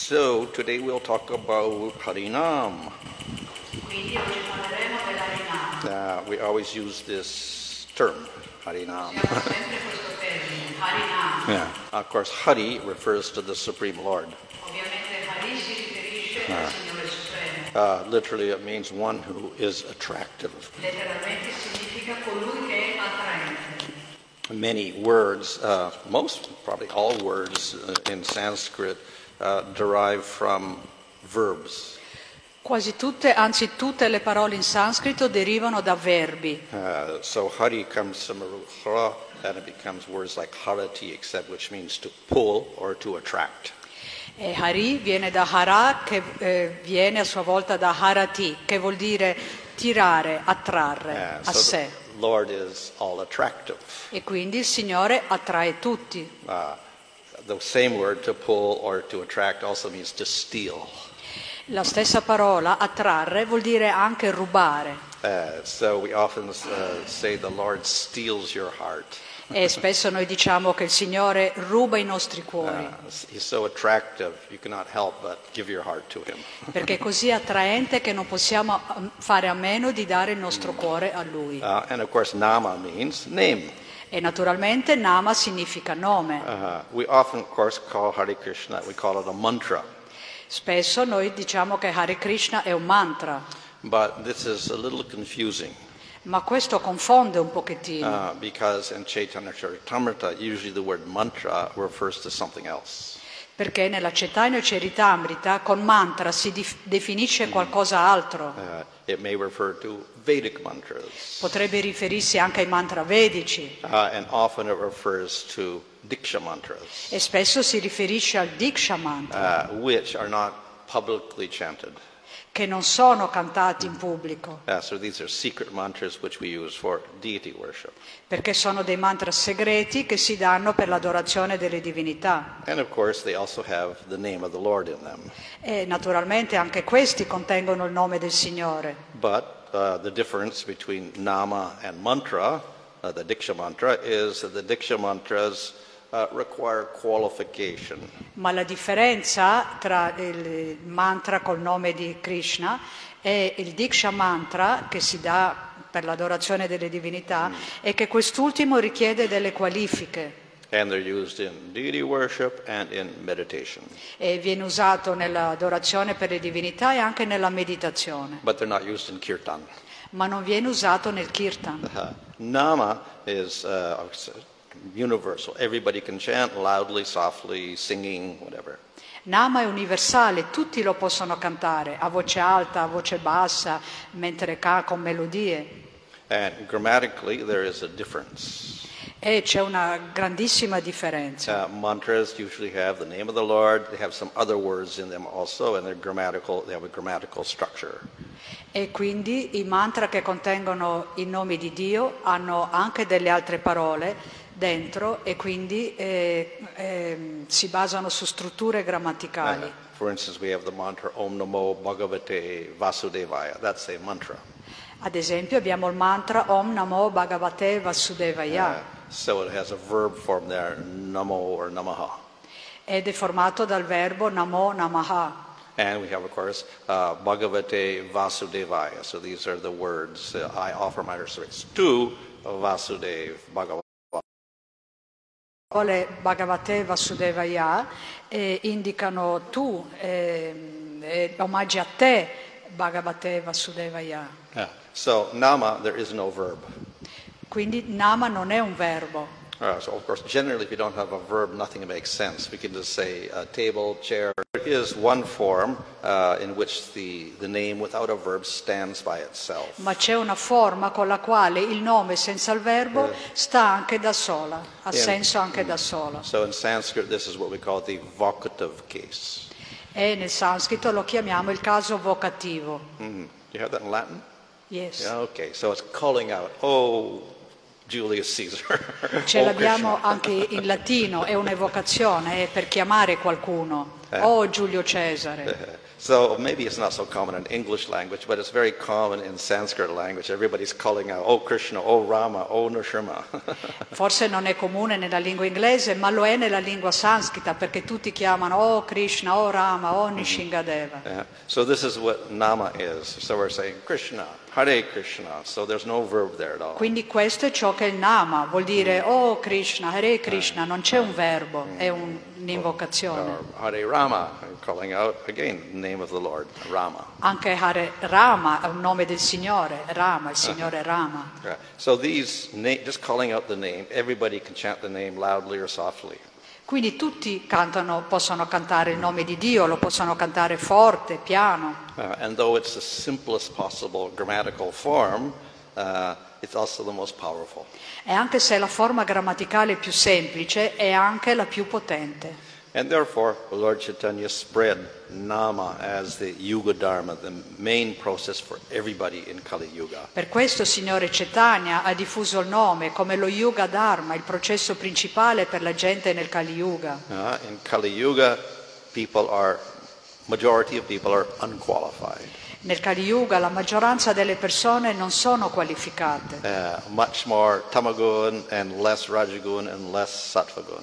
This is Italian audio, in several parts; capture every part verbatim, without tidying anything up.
So today we'll talk about Harinam. Quindi oggi parleremo dell'Harinam. Uh, we always use this term, Harinam. Usiamo sempre questo termine, Harinam. Yeah. Of course, Hari refers to the Supreme Lord. Ovviamente Hari si riferisce al Signore Supremo. Uh, literally, it means one who is attractive. Letteralmente significa colui che è attraente. Many words, uh, most, probably all words uh, in Sanskrit uh, derive from verbs. Quasi tutte, anzi tutte le parole in sanscrito derivano da verbi. Uh, so Hari comes from a root hara, and it becomes words like harati, except which means to pull or to attract. E Hari viene da Hara, che eh, viene a sua volta da Harati, che vuol dire tirare, attrarre Uh, a so sé. the Lord is all attractive. E quindi il Signore attrae tutti. Uh, the same word to pull or to attract also means to steal. La stessa parola, attrarre, vuol dire anche rubare. Uh, so we often uh, say the Lord steals your heart. E spesso noi diciamo che il Signore ruba i nostri cuori, Uh, he's so attractive, you cannot help but give your heart to him. perché è così attraente che non possiamo fare a meno di dare il nostro cuore a Lui. Uh, and of course, Nama means name. E naturalmente Nama significa nome. Uh, we often, of course, call Hare Krishna, we call it a mantra. Spesso noi diciamo che Hare Krishna è un mantra, But this is a little confusing ma questo confonde un pochettino, uh, because in Chaitanya Charitamrita, usually the word mantra refers to something else. perché nella Chaitanya Charitamrita con mantra si dif- definisce qualcosa altro. Uh, it may refer to Vedic mantras, Potrebbe riferirsi anche ai mantra vedici uh, and often it refers to Diksha mantras, e spesso si riferisce al Diksha mantra, uh, which are not publicly chanted. che non sono cantati in pubblico, Uh, so these are secret mantras which we use for deity worship. perché sono dei mantra segreti che si danno per l'adorazione delle divinità. And of course, they also have the name of the Lord in them. E naturalmente anche questi contengono il nome del Signore. But uh, the difference between Nama and mantra, uh, the Diksha mantra, is that the Diksha mantras uh, require qualification. Ma la differenza tra il mantra col nome di Krishna e il Diksha mantra che si dà per l'adorazione delle divinità è che quest'ultimo richiede delle qualifiche And they're used in deity worship and in meditation. e viene usato nell'adorazione per le divinità e anche nella meditazione, But they're not used in kirtan. ma non viene usato nel kirtan. Uh, Nama is uh, universal. Everybody can chant loudly, softly, singing, whatever. Nama è universale, tutti lo possono cantare, a voce alta, a voce bassa, mentre ca- con melodie. And grammatically, there is a difference. E c'è una grandissima differenza. Uh, mantras usually have the name of the Lord. They have some other words in them also, and they're grammatical. They have a grammatical structure. E quindi i mantra che contengono i nomi di Dio hanno anche delle altre parole dentro e quindi eh, eh, si basano su strutture grammaticali. Uh, for instance, we have the mantra Om Namo Bhagavate Vasudevaya. That's a mantra. Ad esempio abbiamo il mantra Om Namo Bhagavate Vasudevaya. Uh, so it has a verb form there, Namo or Namaha. Ed è formato dal verbo Namo Namaha. And we have, of course, uh, Bhagavate Vasudevaya. So these are the words. Uh, I offer my respects to Vasudev Bhagavata. Le parole Bhagavate Vasudevaya eh, indicano tu, eh, eh, omaggi a te Bhagavate Vasudevaya. Yeah. So Nama, there is no verb. Quindi Nama non è un verbo. Uh, so of course, generally, if you don't have a verb, nothing makes sense. We can just say uh, table, chair. There is one form uh, in which the, the name without a verb stands by itself. Ma c'è una forma con la quale il nome senza il verbo sta anche da sola, ha Yeah. senso anche da sola. So in Sanskrit, this is what we call the vocative case. E nel sanscrito lo chiamiamo il caso vocativo. Mm. Do you have that in Latin? Yes. Yeah, okay. So it's calling out, oh, Julius Caesar. Ce Oh, l'abbiamo Krishna. anche in latino, è un'evocazione, è per chiamare qualcuno. oh Giulio Cesare. So maybe it's not so common in English language, but it's very common in Sanskrit language. Everybody's calling out, oh Krishna, oh Rama, oh Nrsimha. Forse non è comune nella lingua inglese, ma lo è nella lingua sanscrita, perché tutti chiamano oh Krishna, oh Rama, oh Nishingadeva. Yeah. So this is what nama is. So we're saying Krishna, Hare Krishna. So there's no verb there at all. Quindi questo è ciò che è il nama, vuol dire oh Krishna, Hare Krishna, non c'è un verbo, è un, un'invocazione. Or Hare Rama, calling out again the name of the Lord, Rama. Anche Hare Rama è un nome del Signore, Rama, il Signore Rama. Yeah. So these, na- just calling out the name, everybody can chant the name loudly or softly. Quindi tutti cantano, possono cantare il nome di Dio, lo possono cantare forte, piano. Uh, and though it's the simplest possible grammatical form, uh, it's also the most powerful. E anche se è la forma grammaticale più semplice, è anche la più potente. And therefore, Lord Chaitanya spread Nama as the Yuga Dharma, the main process for everybody in Kali Yuga. Per questo Signore Chaitanya ha diffuso il nome come lo Yuga Dharma, il processo principale per la gente nel Kali Yuga. Uh, in Kali Yuga, people are, majority of people are unqualified. Nel Kali Yuga la maggioranza delle persone non sono qualificate. Uh, much more Tamagun and less Rajagun and less Sattvagun.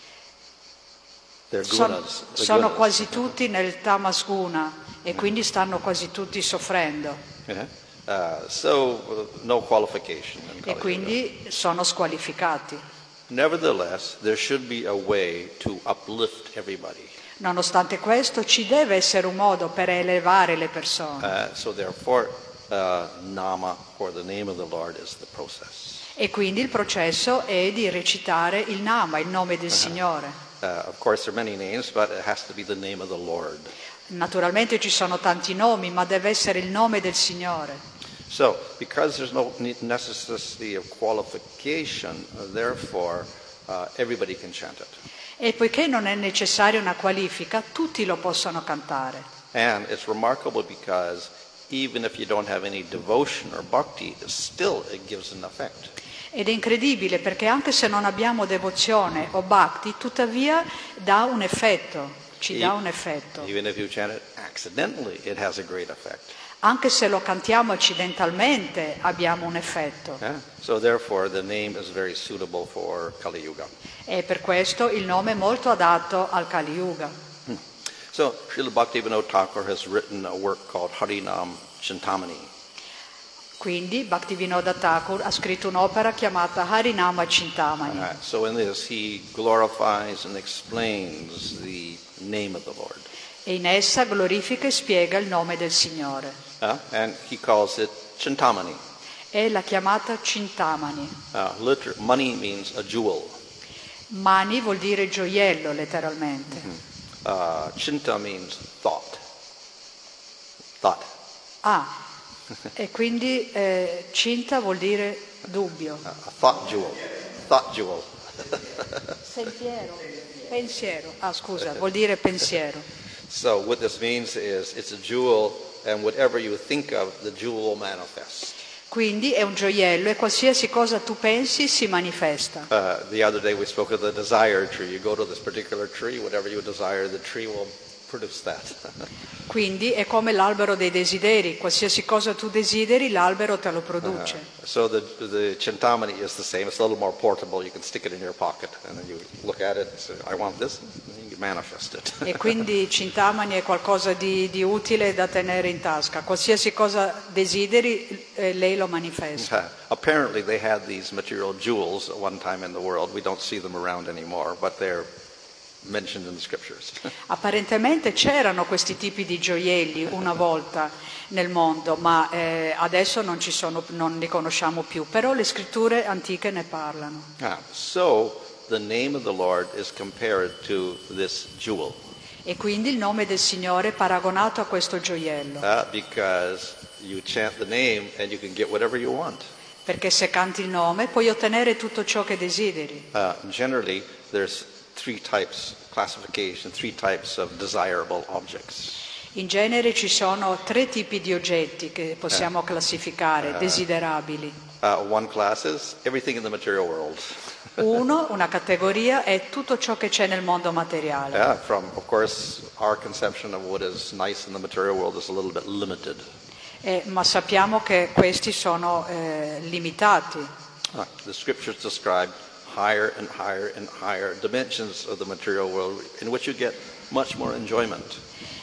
They're Sono, gunas. the sono gunas. quasi tutti nel Tamas Guna e quindi stanno quasi tutti soffrendo Yeah. Uh, so, uh, no qualification in e Kali Yuga. quindi sono squalificati. Nevertheless, there should be a way to uplift everybody. Nonostante questo ci deve essere un modo per elevare le persone Uh, so therefore, uh, Nama, or the name of the Lord, is the process. e quindi il processo è di recitare il Nama, il nome del Signore. Uh, of course, there are many names, but it has to be the name of the Lord. Naturalmente ci sono tanti nomi, ma deve essere il nome del Signore. So, because there's no ne- necessity of qualification, uh, therefore, uh, everybody can chant it. E poiché non è necessaria una qualifica, tutti lo possono cantare. And it's remarkable because even if you don't have any devotion or bhakti, still it gives an effect. Ed è incredibile perché anche se non abbiamo devozione o bhakti, tuttavia dà un effetto, ci dà un effetto. Even if you chant it accidentally, it has a great effect. Anche se lo cantiamo accidentalmente abbiamo un effetto. Yeah? So therefore, the name is very suitable for Kali Yuga. E per questo il nome è molto adatto al Kali Yuga. So Srila Bhaktivinoda Thakur has written a work called Harinam Chintamani. Quindi Bhaktivinoda Thakur ha scritto un'opera chiamata Harinama Chintamani. Uh, so in this, he glorifies and explains the name of the Lord. E in essa glorifica e spiega il nome del Signore. Uh, and he calls it Chintamani. È la chiamata Chintamani. Uh, liter- money means a jewel. Mani vuol dire gioiello, letteralmente. Uh, Chinta means thought. Thought. Ah, e quindi eh, Cinta vuol dire dubbio. Uh, a thought jewel. Thought jewel. Sentiero. Pensiero. Ah, scusa, vuol dire pensiero. So what this means is it's a jewel, and whatever you think of, the jewel will manifest. Quindi è un gioiello e qualsiasi cosa tu pensi si manifesta. Uh, the other day we spoke of the desire tree. You go to this particular tree, whatever you desire, the tree will produce that. Quindi è come l'albero dei desideri, qualsiasi cosa tu desideri l'albero te lo produce. Uh, so the the Chintamani is the same. It's a little more portable. You can stick it in your pocket, and then you look at it and say, "I want this," and you can manifest it. E quindi Cintamani è qualcosa di, di utile da tenere in tasca. Qualsiasi cosa desideri, eh, lei lo manifesta. Uh, apparently, they had these material jewels at one time in the world. We don't see them around anymore, but they're mentioned in the scriptures. Apparentemente c'erano questi tipi di gioielli una volta nel mondo, ma eh, adesso non, ci sono, non li conosciamo più, però le scritture antiche ne parlano. Ah, so the name of the Lord is compared to this jewel. E quindi il nome del Signore è paragonato a questo gioiello, Uh, because you chant the name and you can get whatever you want. perché se canti il nome puoi ottenere tutto ciò che desideri. Uh, generally, there's three types, classification, three types of desirable objects. In genere ci sono tre tipi di oggetti che possiamo classificare, desiderabili. Uh, one class is everything in the material world. Uno, una categoria, è tutto ciò che c'è nel mondo materiale. Yeah, from, of course, our conception of what is nice in the material world is a little bit limited. Eh, ma sappiamo che questi sono eh, limitati. Uh, the scriptures describe higher and higher and higher dimensions of the material world in which you get much more enjoyment.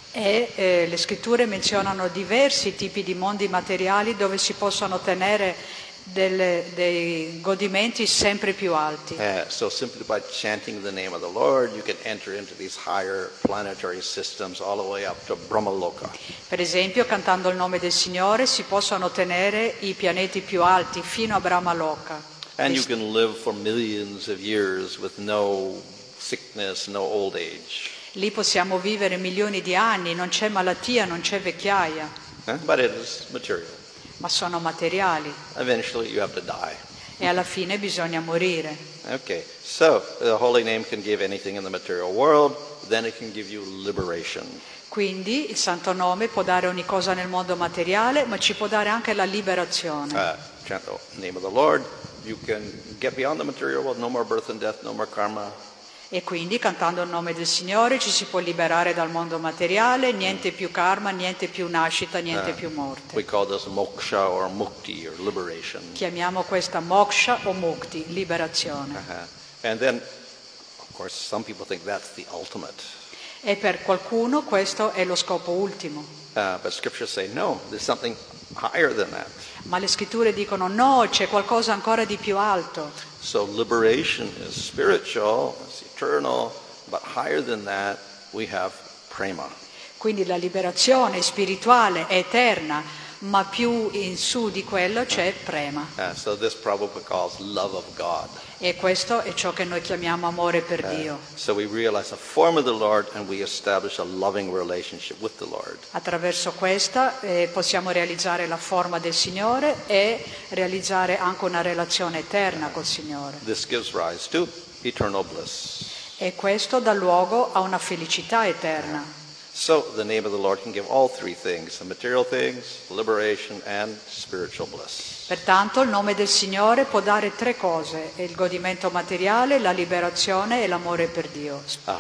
E eh, le scritture menzionano diversi tipi di mondi materiali dove si possono ottenere delle, dei godimenti sempre più alti. Uh, so simply by chanting the name of the Lord, you can enter into these higher planetary systems all the way up to Brahmaloka. Per esempio, cantando il nome del Signore si possono ottenere i pianeti più alti fino a Brahmaloka. And you can live for millions of years with no sickness, no old age. Lì possiamo vivere milioni di anni, non c'è malattia, non c'è vecchiaia, Uh, but it is material. ma sono materiali Eventually you have to die. e alla fine bisogna morire. Okay, so the holy name can give anything in the material world, then it can give you liberation. Quindi il santo nome può dare ogni cosa nel mondo materiale, ma ci può dare anche la liberazione. Uh, chant the name of the Lord, you can get beyond the material world, no more birth and death, no more karma. E quindi cantando il nome del Signore ci si può liberare dal mondo materiale, niente più karma, niente più nascita, niente più morte. We call this moksha or mukti or liberation. Chiamiamo questa moksha o mukti, liberazione. Uh-huh. And then, of course, some people think that's the ultimate. E per qualcuno questo è lo scopo ultimo. Uh, but scriptures say, no, there's something higher than that. Ma le scritture dicono no, c'è qualcosa ancora di più alto. So liberation is spiritual, it's eternal, but higher than that we have prema. Quindi la liberazione spirituale è eterna, ma più in su di quello c'è prema. Uh, so this Prabhupada calls love of God. E questo è ciò che noi chiamiamo amore per Dio. So we realize the form of the Lord and we establish a loving relationship with the Lord. Attraverso questa eh, possiamo realizzare la forma del Signore e realizzare anche una relazione eterna col Signore. This gives rise to eternal bliss. E questo dà luogo a una felicità eterna. So the name of the Lord can give all three things, the material things, liberation, and spiritual bliss. Pertanto il nome del Signore può dare tre cose: il godimento materiale, la liberazione e l'amore per Dio. Uh-huh.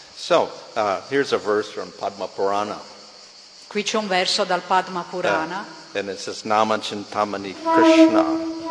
So uh, here's a verse from Padma Purana. Qui c'è un verso dal Padma Purana Uh, and it says, Nama Chintamani Krishna.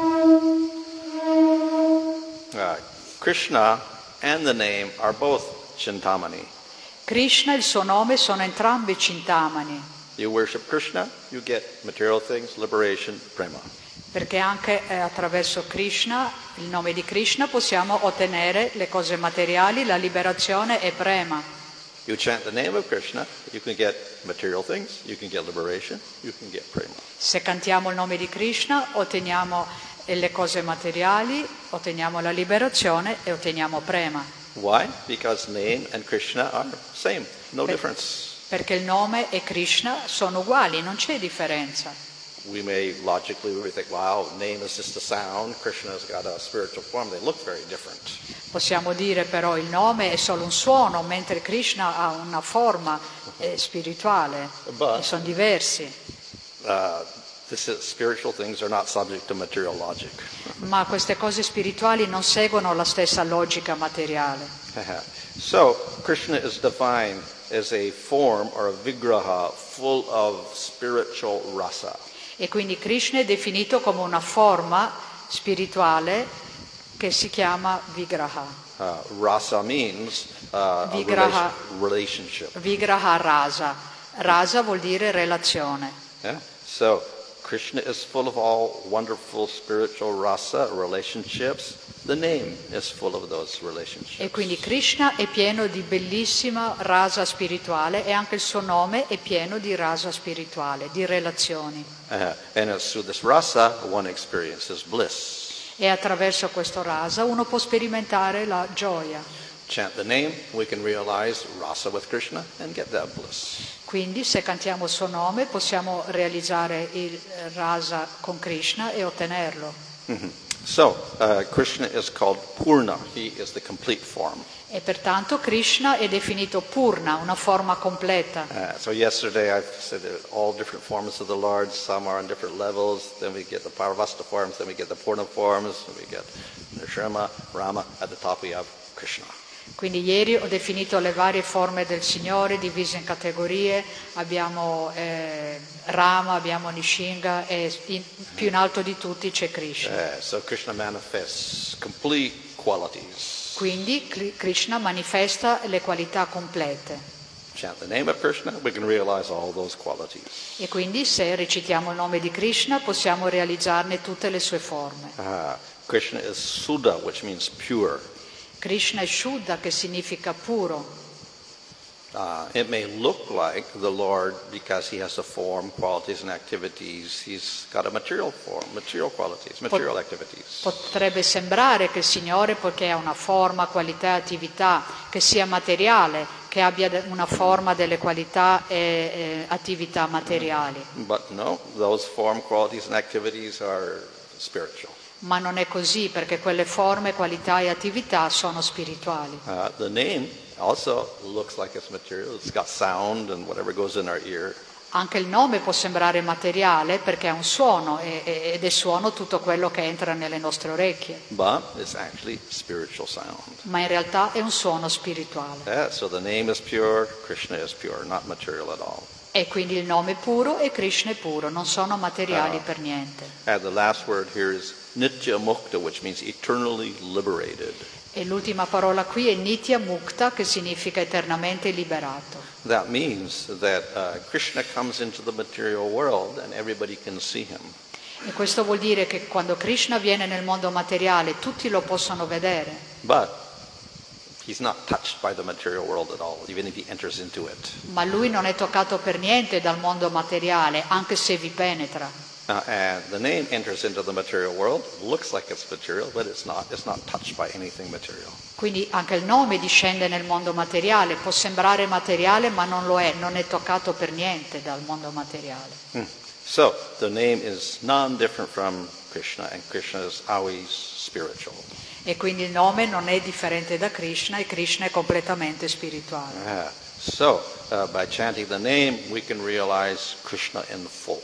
Uh, Krishna and the name are both Chintamani. Krishna e il suo nome sono entrambi Cintamani, You worship Krishna, you get material things, liberation, prema. perché anche eh, attraverso Krishna, il nome di Krishna, possiamo ottenere le cose materiali, la liberazione e prema. You chant the name of Krishna, you can get material things, you can get liberation, you can get prema. Se cantiamo il nome di Krishna, otteniamo eh, le cose materiali, otteniamo la liberazione e otteniamo prema. Why? Because name and Krishna are same, no Per- difference. Perché il nome e Krishna sono uguali, non c'è differenza. We may logically we think, wow, name is just a sound, Krishna's got a spiritual form, they look very different. Possiamo dire però il nome è solo un suono, mentre Krishna ha una forma eh, spirituale, But- e sono diversi. Uh, this is, spiritual things are not subject to material logic. Ma queste cose spirituali non seguono la stessa logica materiale. So, Krishna is defined as a form or a vigraha full of spiritual rasa. E quindi Krishna è definito come una forma spirituale che si chiama Vigraha. Uh, rasa means uh, a Vigraha. relation- relationship. Vigraha rasa. Rasa vuol dire relazione. Yeah? So, Krishna is full of all wonderful spiritual rasa relationships. The name is full of those relationships. E quindi Krishna è pieno di bellissima rasa spirituale e anche il suo nome è pieno di rasa spirituale, di relazioni. Uh, and it's through this rasa one experiences bliss. E attraverso questo rasa uno può sperimentare la gioia. Chant the name, we can realize rasa with Krishna and get that bliss. Quindi se cantiamo il suo nome possiamo realizzare il rasa con Krishna e ottenerlo. Mhm. So, uh, Krishna is called Purna. He is the complete form. E pertanto Krishna è definito Purna, una forma completa. Uh, so yesterday I said that all different forms of the Lord, some are on different levels, then we get the Paravasta forms, then we get the Purna forms, then we get Nrsimha, Rama, at the top we have Krishna. Quindi ieri ho definito le varie forme del Signore divise in categorie, abbiamo eh, Rama, abbiamo Nishinga e in, più in alto di tutti c'è Krishna. Uh, so Krishna manifests complete qualities. Quindi Krishna manifesta le qualità complete. Chant the name of Krishna, we can realize all those qualities. E quindi se recitiamo il nome di Krishna possiamo realizzarne tutte le sue forme. Uh, Krishna is Suddha, which means pure. Krishna è Shuddha, che significa puro. Uh, it may look like the Lord because he has a form, qualities, and activities. He's got a material form, material qualities, material Pot- activities. Potrebbe sembrare che il Signore, poiché ha una forma, qualità e attività, che sia materiale, che abbia una forma delle qualità e, e attività materiali. But no, those form, qualities, and activities are spiritual. Ma non è così, perché quelle forme, qualità e attività sono spirituali. Uh, the name also looks like it's material. It's got sound and whatever goes in our ear. Anche il nome può sembrare materiale perché ha un suono e, e, ed è suono tutto quello che entra nelle nostre orecchie. But it's actually spiritual sound. Ma in realtà è un suono spirituale. Yeah, so the name is pure, Krishna is pure, not material at all. E quindi il nome è puro e Krishna è puro, non sono materiali Ah. per niente. And the last word here is Nitya Mukta, which means eternally liberated. E l'ultima parola qui è Nitya Mukta, che significa eternamente liberato. That means that uh, Krishna comes into the material world and everybody can see him. E questo vuol dire che quando Krishna viene nel mondo materiale tutti lo possono vedere, But he's not touched by the material world at all, even if he enters into it. ma lui non è toccato per niente dal mondo materiale, anche se vi penetra. Uh, and the name enters into the material world, looks like it's material, but it's not. It's not touched by anything material. Quindi anche il nome discende nel mondo materiale, può sembrare materiale ma non lo è, non è toccato per niente dal mondo materiale. Hmm. So the name is non-different from Krishna, and Krishna is always spiritual. E quindi il nome non è differente da Krishna e Krishna è completamente spirituale. Uh, so uh, by chanting the name, we can realize Krishna in full.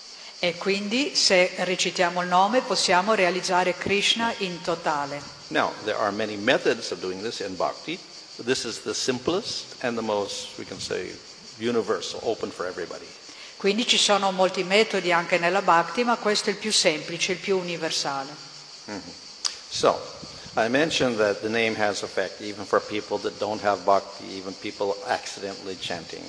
E quindi se recitiamo il nome possiamo realizzare Krishna in totale. Now, there are many methods of doing this in bhakti. This is the simplest and the most, we can say, universal, open for everybody. Quindi ci sono molti metodi anche nella Bhakti, ma questo è il più semplice, il più universale. Mm-hmm. So, I mentioned that the name has effect even for people that don't have bhakti, even people accidentally chanting.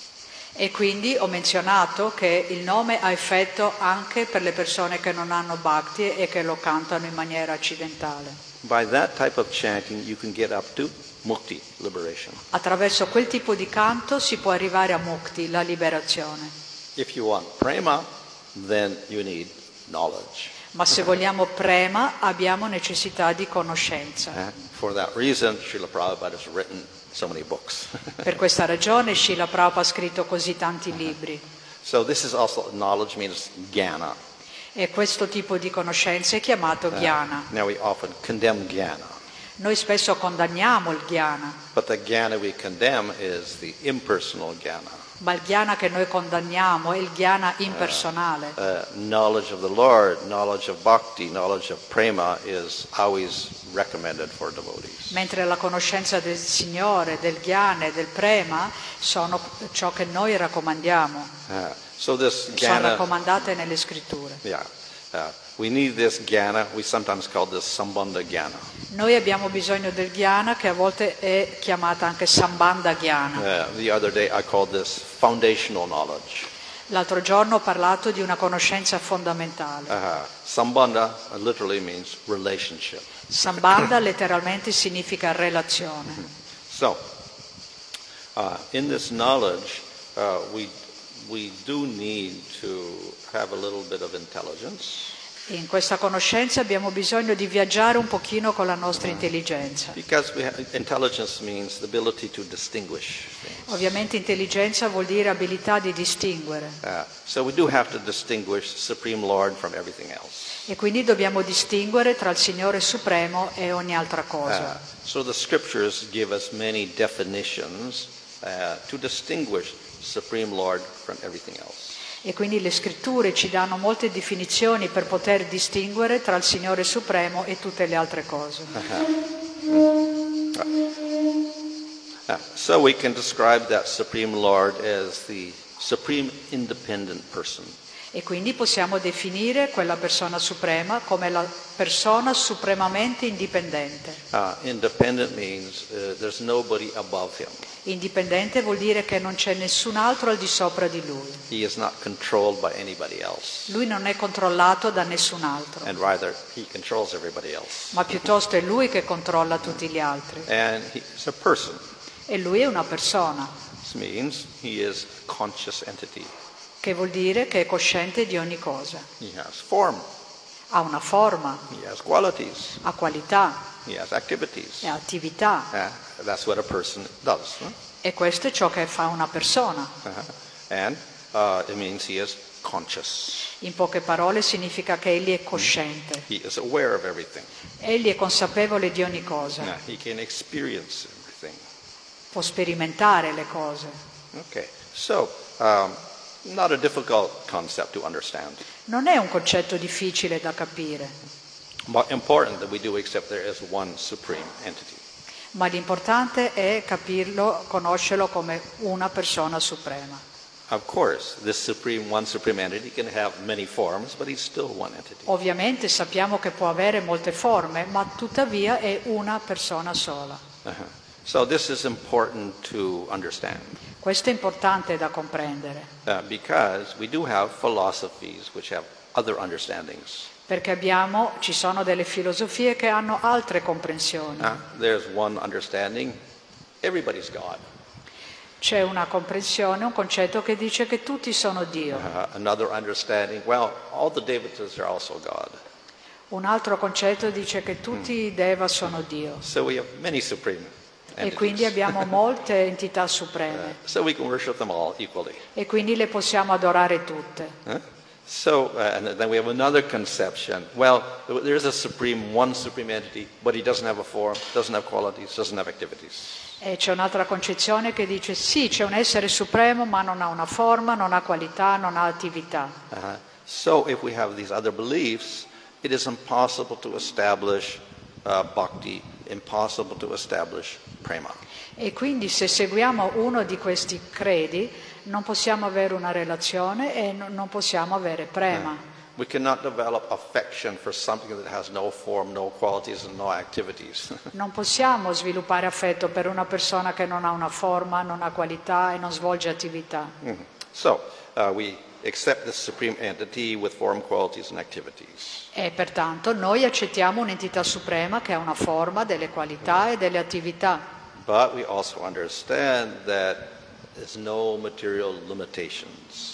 E quindi ho menzionato che il nome ha effetto anche per le persone che non hanno Bhakti e che lo cantano in maniera accidentale. By that type of chanting, you can get up to mukti, liberation. Attraverso quel tipo di canto si può arrivare a Mukti, la liberazione. If you want prema, then you need knowledge. Ma se vogliamo prema, abbiamo necessità di conoscenza. Uh, for that reason, Srila Prabhupada has written so many books. Per questa ragione Srila Prabhupada ha scritto così tanti libri. So this is also, knowledge means jnana. E questo tipo di conoscenza è chiamato Jnana. Uh, now we often condemn jnana. Noi spesso condanniamo il Jnana, But the jnana we condemn is the impersonal jnana. ma il Jnana che noi condanniamo è il Jnana impersonale. Uh, knowledge of the Lord, knowledge of bhakti, knowledge of prema is always recommended for devotees. Mentre la conoscenza del Signore, del Jnana e del Prema sono ciò che noi raccomandiamo, Uh, so this sono jnana, raccomandate nelle scritture. yeah, uh, we need this jnana. We sometimes call this sambandha jnana. Noi abbiamo bisogno del Jnana, che a volte è chiamata anche Sambandha Jnana. Uh, the other day I called this foundational knowledge. L'altro giorno ho parlato di una conoscenza fondamentale. Uh, sambandha literally means relationship. Sambandha letteralmente significa relazione. So, uh, in this knowledge, uh, we we do need to have a little bit of intelligence. E in questa conoscenza abbiamo bisogno di viaggiare un pochino con la nostra intelligenza. Because we have, intelligence means the ability to distinguish things. Ovviamente intelligenza vuol dire abilità di distinguere. Uh, so we do have to distinguish Supreme Lord from everything else. E quindi dobbiamo distinguere tra il Signore Supremo e ogni altra cosa. Uh, so the scriptures give us many definitions uh, to distinguish Supreme Lord from everything else. E quindi le scritture ci danno molte definizioni per poter distinguere tra il Signore Supremo e tutte le altre cose. Uh-huh. Uh, so we can describe that Supreme Lord as the supreme independent person. E quindi possiamo definire quella persona suprema come la persona supremamente indipendente. Uh, independent means uh, there's nobody above him. Indipendente vuol dire che non c'è nessun altro al di sopra di lui. He is not controlled by anybody else. Lui non è controllato da nessun altro, And rather, he controls everybody else. ma piuttosto è lui che controlla tutti gli altri. And he is a person. E lui è una persona, This means he is a conscious entity. che vuol dire che è cosciente di ogni cosa. He has form. Ha una forma, He has qualities. ha qualità, He has activities. ha attività. Uh, that's what a person does. Huh? E questo è ciò che fa una persona. Uh-huh. And uh, it means he is conscious. In poche parole significa che egli è cosciente. He is aware of everything. Egli è consapevole di ogni cosa. Uh, he can experience everything. Può sperimentare le cose. Okay. So, um, not a difficult concept to understand. Non è un concetto difficile da capire, But important that we do accept there is one supreme entity. ma l'importante è capirlo, conoscerlo come una persona suprema. Of course, this supreme, one supreme entity can have many forms, but he's still one entity. Ovviamente sappiamo che può avere molte forme, ma tuttavia è una persona sola. Uh-huh. So this is important to understand Questo è importante da comprendere, uh, because we do have philosophies which have other understandings. perché abbiamo, ci sono delle filosofie che hanno altre comprensioni. Uh, there's one understanding, everybody's God. C'è una comprensione, un concetto che dice che tutti sono Dio. Uh, another understanding, well, all the Devatas are also God. Un altro concetto dice che tutti i Deva sono Dio. So we have many supreme E quindi entities. abbiamo molte entità supreme. Uh, so we can worship them all equally. E quindi le possiamo adorare tutte. Huh? So, uh, and then we have another conception. Well, there is a supreme, one supreme entity, but he doesn't have a form, doesn't have qualities, doesn't have activities. E c'è un'altra concezione che dice sì, c'è un essere supremo, ma non ha una forma, non ha qualità, non ha attività. Uh-huh. So if we have these other beliefs, it is impossible to establish uh, bhakti, impossible to establish prema. E quindi se seguiamo uno di questi credi, non possiamo avere una relazione e no- non possiamo avere prema. We cannot develop affection for something that has no form, no qualities, and no activities. Non possiamo sviluppare affetto per una persona che non ha una forma, non ha qualità e non svolge attività. Mhm. So uh, we accept this supreme entity with form, qualities, and activities. E pertanto noi accettiamo un'entità suprema che ha una forma, delle qualità e delle attività. But we also understand that there's no material limitations.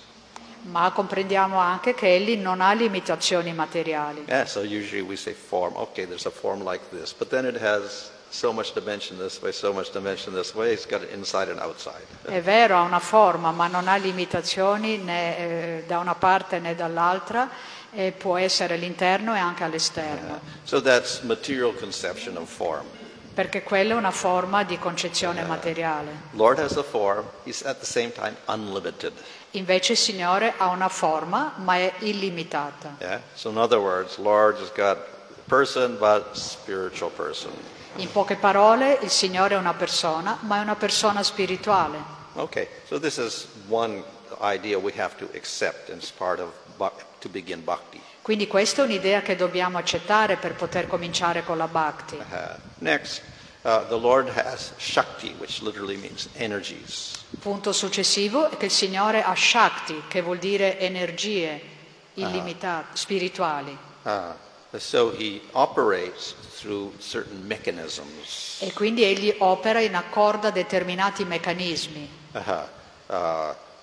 Ma comprendiamo anche che egli non ha limitazioni materiali. Yeah, so usually we say form. Okay, there's a form like this, but then it has so much dimension this way, so much dimension this way. It's got an inside and outside. È vero, ha una forma, ma non ha limitazioni né eh, da una parte né dall'altra, e può essere all'interno e anche all'esterno, So that's material conception of form. perché quella è una forma di concezione materiale. Lord has a form. He's at the same time unlimited. Invece il Signore ha una forma, ma è illimitata. Yeah. So in other words, Lord has got person, but spiritual person. In poche parole, il Signore è una persona, ma è una persona spirituale. Okay. So this is one idea we have to accept as part of bhak- to begin bhakti. Quindi questa è un'idea che dobbiamo accettare per poter cominciare con la Bhakti. Uh, next, uh, the Lord has Shakti, which literally means energies. Punto successivo è che il Signore ha Shakti, che vuol dire energie illimitate, spirituali. Uh, so he operates through certain mechanisms. E quindi egli opera in accordo a determinati meccanismi. Uh-huh. Uh,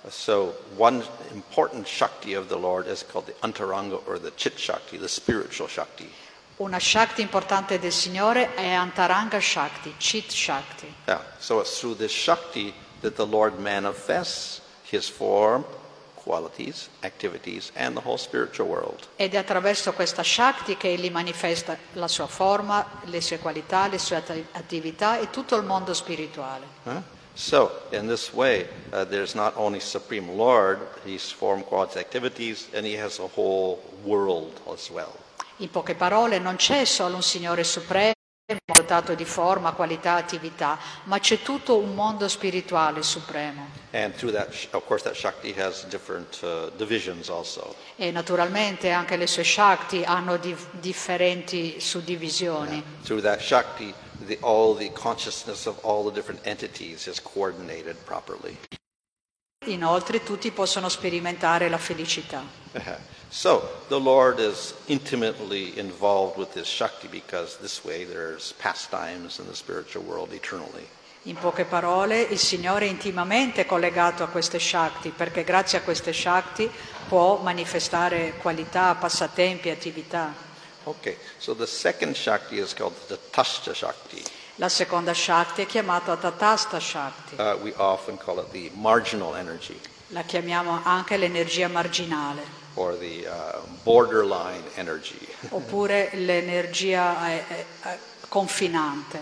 So one important Shakti of the Lord is called the Antaranga or the Chit Shakti, the spiritual Shakti. Una Shakti importante del Signore è Antaranga Shakti, Chit Shakti. Yeah, so it's through this Shakti that the Lord manifests His form, qualities, activities, and the whole spiritual world. Ed è attraverso questa Shakti che Egli manifesta la sua forma, le sue qualità, le sue atti- attività e tutto il mondo spirituale. Huh? So, in this way, uh, there's not only Supreme Lord, His form, qualities, activities, and He has a whole world as well. In poche parole, non c'è solo un Signore Supremo dotato di forma, qualità, attività, ma c'è tutto un mondo spirituale supremo. And through that, of course, that Shakti has different uh, divisions also. E naturalmente anche le sue Shakti hanno di- differenti suddivisioni. Through that Shakti, the, all the consciousness of all the different entities is coordinated properly. Inoltre tutti possono sperimentare la felicità. So, the Lord is intimately involved with this Shakti because this way there's pastimes in the spiritual world eternally. In poche parole, il Signore è intimamente collegato a queste Shakti, perché grazie a queste Shakti può manifestare qualità, passatempi, attività. Okay, so the second Shakti is called the Tatastha Shakti. La seconda Shakti è chiamata Tatastha Shakti. Uh, we often call it the marginal energy La chiamiamo anche l'energia marginale, or the uh, borderline energy. oppure l'energia eh, eh, confinante.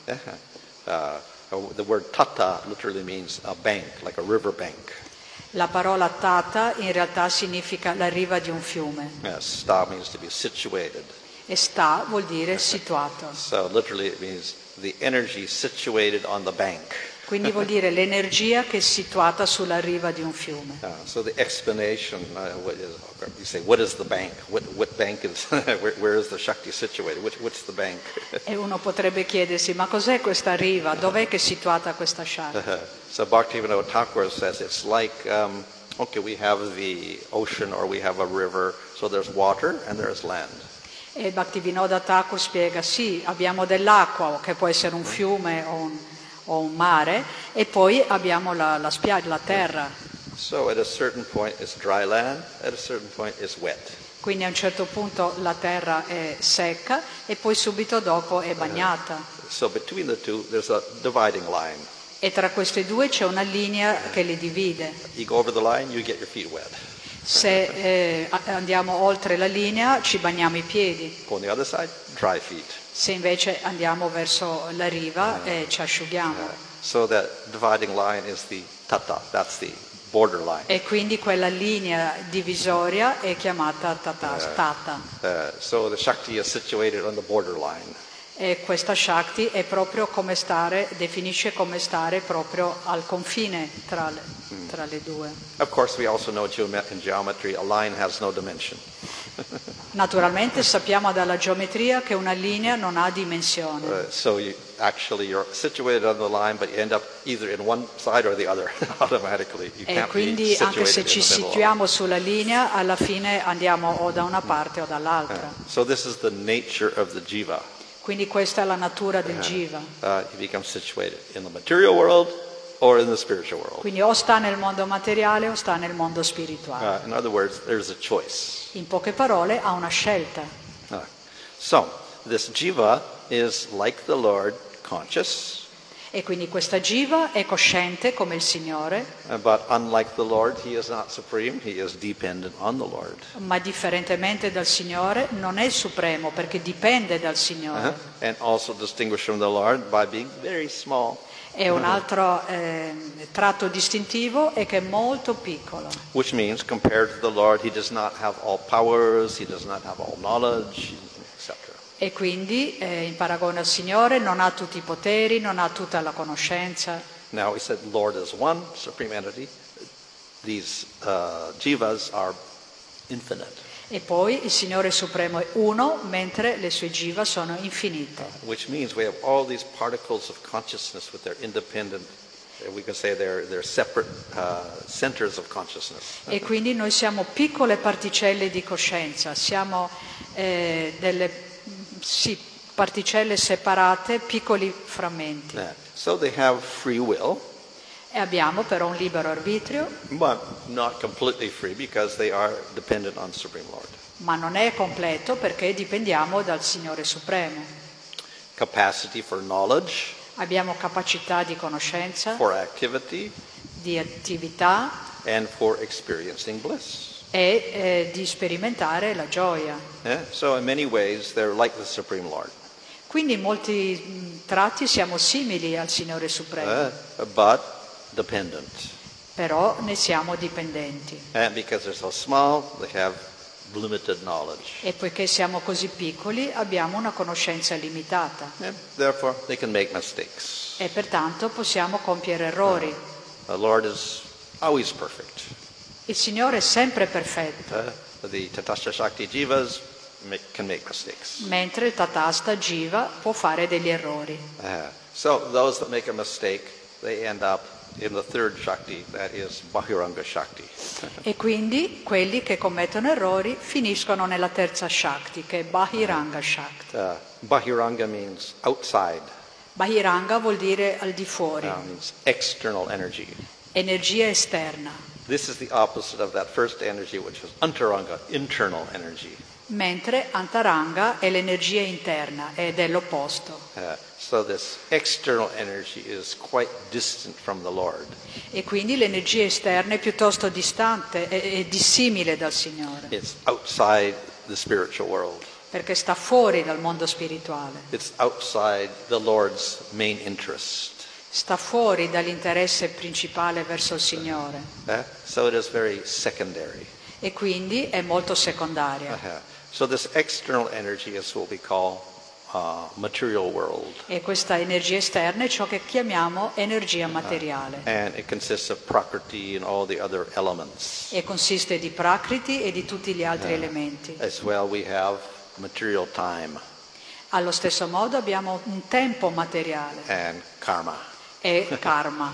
uh, the word Tata literally means a bank, like a river bank. La parola Tata in realtà significa la riva di un fiume Uh, sta means to be situated. e sta vuol dire situato. So literally it means the energy situated on the bank. Quindi vuol dire l'energia che è situata sulla riva di un fiume. Uh, so the explanation, uh, what is, you say, what is the bank? What, what bank is, where, where is the Shakti situated? Which, what's the bank? E uno potrebbe chiedersi, ma cos'è questa riva? Dov'è che è situata questa Shakti? So Bhaktivinoda Thakur says it's like, um, okay, we have the ocean or we have a river, so there's water and there's land. E Bhaktivinoda Thakur spiega, sì, abbiamo dell'acqua, che può essere un fiume o un, o un mare, e poi abbiamo la, la spiaggia, la terra. So at a certain point it's dry land, at a certain point it's wet. Quindi a un certo punto la terra è secca e poi subito dopo è bagnata. So between the two there's a dividing line. E tra queste due c'è una linea che le divide. You go over the line, you get your feet wet. Se eh, andiamo oltre la linea ci bagniamo i piedi, Go on the other side, dry feet. se invece andiamo verso la riva eh, ci asciughiamo. So that dividing line is the tata, that's the borderline. E quindi quella linea divisoria è chiamata tata, tata. Uh, so the Shakti is situated on the borderline. E questa Shakti è proprio come stare, definisce come stare proprio al confine tra le, tra le due. Of course, we also know geome- in geometry a line has no dimension. Naturalmente sappiamo dalla geometria che una linea non ha dimensione. Uh, so you, actually you're situated on the line, but you end up either in one side or the other automatically. You E can't be quindi anche se situated ci in the middle. situiamo sulla linea, alla fine andiamo o da una parte o dall'altra. So this is the nature of the jiva. Quindi questa è la natura del jiva. Uh, he becomes situated in the material world or in the spiritual world. Quindi o sta nel mondo materiale o sta nel mondo spirituale. Uh, in other words, there's a choice. In poche parole ha una scelta. Uh, so this jiva is like the Lord, conscious, E quindi questa jiva è cosciente come il Signore, uh, but unlike the Lord, he is not supreme. He is dependent on the Lord. ma differentemente dal Signore non è supremo perché dipende dal Signore. Uh-huh. And also distinguished from the Lord by being very small, E un altro eh, tratto distintivo è che è molto piccolo. which means compared to the Lord, he does not have all powers, he does not have all knowledge, et cetera. E quindi eh, in paragone al Signore non ha tutti i poteri, non ha tutta la conoscenza. Now we said Lord is one, supreme entity. These uh, jivas are infinite, E poi il Signore Supremo è uno, mentre le sue jiva sono infinite. which means we have all these particles of consciousness with their independent, uh, we can say they're, they're separate uh, centers of consciousness. E quindi noi siamo piccole particelle di coscienza, siamo eh, delle sì, particelle separate, piccoli frammenti. Yeah. So they have free will, E abbiamo però un libero arbitrio, but not completely free because they are dependent on Supreme Lord. ma non è completo perché dipendiamo dal Signore Supremo. Capacity for knowledge, Abbiamo capacità di conoscenza, for activity, di attività and for experiencing bliss. e eh, di sperimentare la gioia. Yeah? So in many ways, they're like the Supreme Lord. Quindi in molti mh, tratti siamo simili al Signore Supremo, Uh, but dependent. però ne siamo dipendenti. And because they're so small, they have limited knowledge. E poiché siamo così piccoli abbiamo una conoscenza limitata And therefore, they can make mistakes. e pertanto possiamo compiere errori. The Lord is always perfect. Il Signore è sempre perfetto, Uh, the Tatasha Shakti Jivas make, can make mistakes. mentre il Tatasta Jiva può fare degli errori. Uh, so those that make a mistake, they end up in the third Shakti, that is Bahiranga Shakti. E quindi quelli che commettono errori finiscono nella terza Shakti, che è Bahiranga Shakti. Uh, Bahiranga means outside, Bahiranga vuol dire al di fuori, uh, means external energy. energia esterna, This is the opposite of that first energy, which was Antaranga, internal energy. mentre Antaranga è l'energia interna ed è l'opposto. Uh, so this external energy is quite distant from the Lord. E quindi l'energia esterna è piuttosto distante e, e dissimile dal Signore, It's outside the spiritual world. perché sta fuori dal mondo spirituale, It's outside the Lord's main interest. sta fuori dall'interesse principale verso il Signore Uh, so it is very secondary. e quindi è molto secondaria. Uh-huh. So this external energy is what we call uh, material world. E questa energia esterna è ciò che chiamiamo energia materiale And it consists of Prakriti and all the other elements. e consiste di Prakriti e di tutti gli altri elementi. As well, we have material time Allo stesso modo abbiamo un tempo materiale and karma. e karma.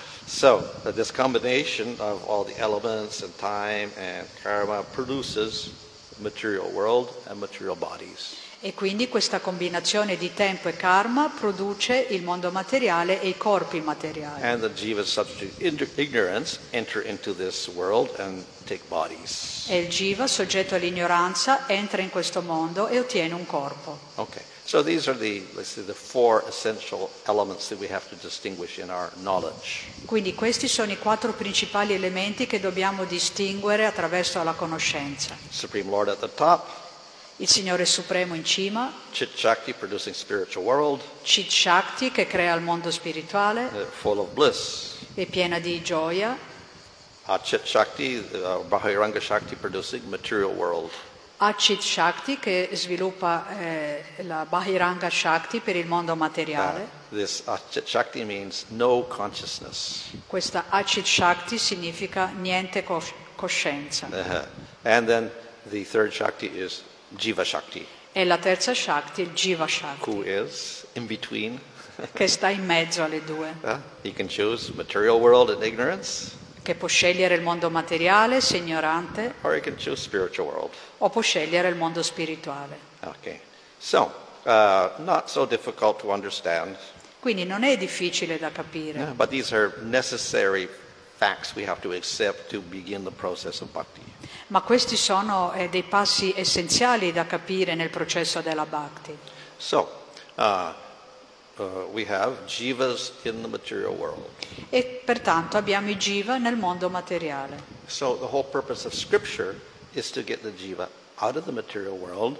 So uh, this combination of all the elements and time and karma produces material world and material bodies. E quindi questa combinazione di tempo e karma produce il mondo materiale e i corpi materiali. And the jivas subject to ignorance enter into this world and take bodies. E il jiva, soggetto all'ignoranza, entra in questo mondo e ottiene un corpo. Okay. So these are the, let's say, the four essential elements that we have to distinguish in our knowledge. Quindi questi sono i quattro principali elementi che dobbiamo distinguere attraverso la conoscenza. Supreme Lord at the top, Il Signore Supremo in cima, Chit Shakti producing spiritual world, Chit Shakti che crea il mondo spirituale, uh, full of bliss. è piena di gioia, Uh, Chit Shakti, uh, Bahiranga Shakti producing material world. Achit Shakti che sviluppa eh, la Bahiranga Shakti per il mondo Uh, materiale. this uh, Chit Shakti means no consciousness. Questa Achit Shakti significa niente cos- coscienza. Uh-huh. And then the third Shakti is Jiva Shakti, E la terza Shakti, il Jiva Shakti, who is in between. che sta in mezzo alle due, Uh, he can choose material world and ignorance, che può scegliere il mondo materiale, se ignorante, or he can choose spiritual world. o può scegliere il mondo spirituale. Okay. So, uh, not so difficult to understand, Quindi non è difficile da capire, uh, but these are necessary facts we have to accept to begin the process of bhakti. ma questi sono eh, dei passi essenziali da capire nel processo della Bhakti. So, uh, uh, we have jivas in the material world. E pertanto abbiamo i jiva nel mondo materiale. So the whole purpose of Scripture is to get the jiva out of the material world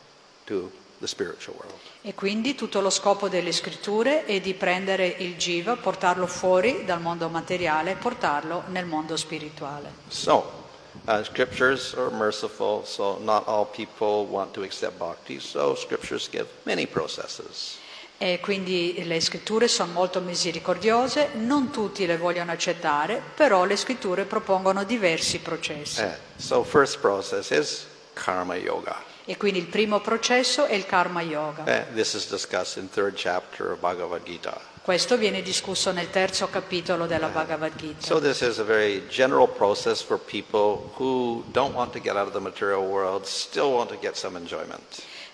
to the spiritual world. E quindi tutto lo scopo delle scritture è di prendere il jiva, portarlo fuori dal mondo materiale e portarlo nel mondo spirituale. So, uh, Scriptures are merciful, so not all people want to accept bhakti, so Scriptures give many processes. E quindi le scritture sono molto misericordiose, non tutti le vogliono accettare, però le scritture propongono diversi processi. Uh, so first process is karma yoga. E quindi il primo processo è il karma yoga. Uh, this is discussed in third chapter of Bhagavad Gita. Questo viene discusso nel terzo capitolo della Bhagavad Gita. So this is a very general process for people who don't want to get out of the material world, still want to get some enjoyment.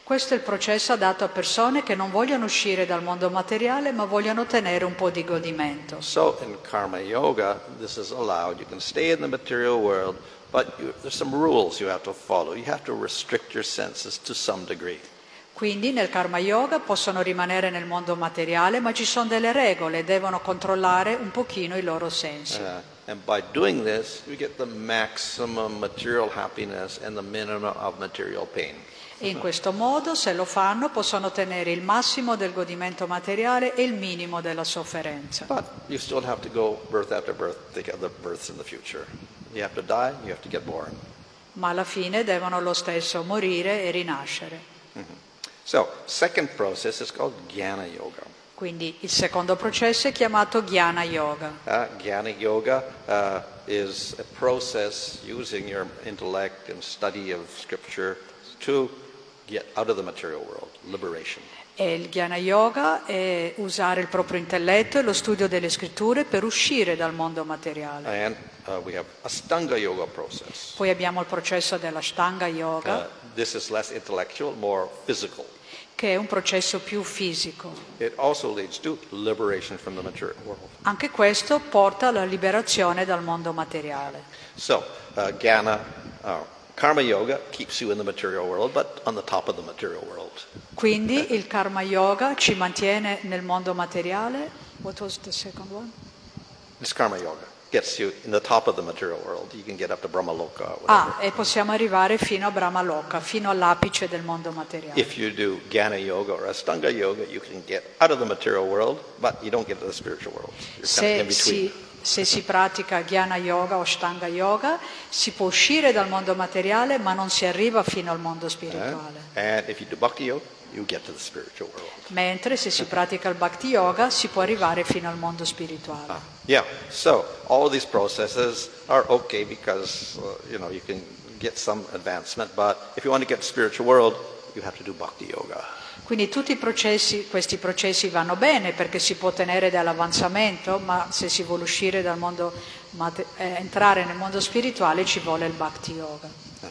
Questo è il processo adatto a persone che non vogliono uscire dal mondo materiale ma vogliono ottenere un po' di godimento. So in Karma Yoga, this is allowed. You can stay in the material world, but you, there's some rules you have to follow. You have to restrict your senses to some degree. Quindi nel Karma Yoga possono rimanere nel mondo materiale, ma ci sono delle regole, devono controllare un pochino i loro sensi. Uh, and by doing this, you get the maximum material happiness and the minimum of material pain. E in questo modo, se lo fanno, possono ottenere il massimo del godimento materiale e il minimo della sofferenza. But you still have to go birth after birth, take other births in the future. You have to die, you have to get born. Ma alla fine devono lo stesso morire e rinascere. Mm-hmm. So, second process is called Jnana Yoga. Quindi il secondo processo è chiamato Jnana Yoga. Uh, Jnana Yoga uh, is a process using your intellect and study of scripture to get out of the material world, liberation. E il Jnana Yoga è usare il proprio intelletto e lo studio delle scritture per uscire dal mondo materiale. And uh, we have Astanga Yoga process. Poi abbiamo il processo dell'Ashtanga Yoga, Uh, this is less intellectual, more physical. che è un processo più fisico. It also leads to liberation from the material world. Anche questo porta alla liberazione dal mondo materiale. So, uh, Jnana, uh, Karma Yoga keeps you in the material world, but on the top of the material world. Quindi il Karma Yoga ci mantiene nel mondo materiale. What was the second one? This Karma Yoga gets you in the top of the material world. You can get up to Brahmaloka or whatever. Ah, e possiamo arrivare fino a Brahmaloka, fino all'apice del mondo materiale. If you do Jnana Yoga or Astanga Yoga, you can get out of the material world, but you don't get to the spiritual world. You're kind of in Se between. si, se si pratica Jnana Yoga o Ashtanga Yoga, si può uscire dal mondo materiale, ma non si arriva fino al mondo spirituale. And if you do Bhakti Yoga, you get to the spiritual world. Mentre se si pratica il Bhakti Yoga, si può arrivare fino al mondo spirituale. Ah, yeah, so all of these processes are okay because, uh, you know, you can get some advancement, but if you want to get to the spiritual world, you have to do Bhakti Yoga. Quindi tutti i processi, questi processi vanno bene perché si può ottenere dell'avanzamento, ma se si vuole uscire dal mondo, mate- eh, entrare nel mondo spirituale ci vuole il Bhakti Yoga.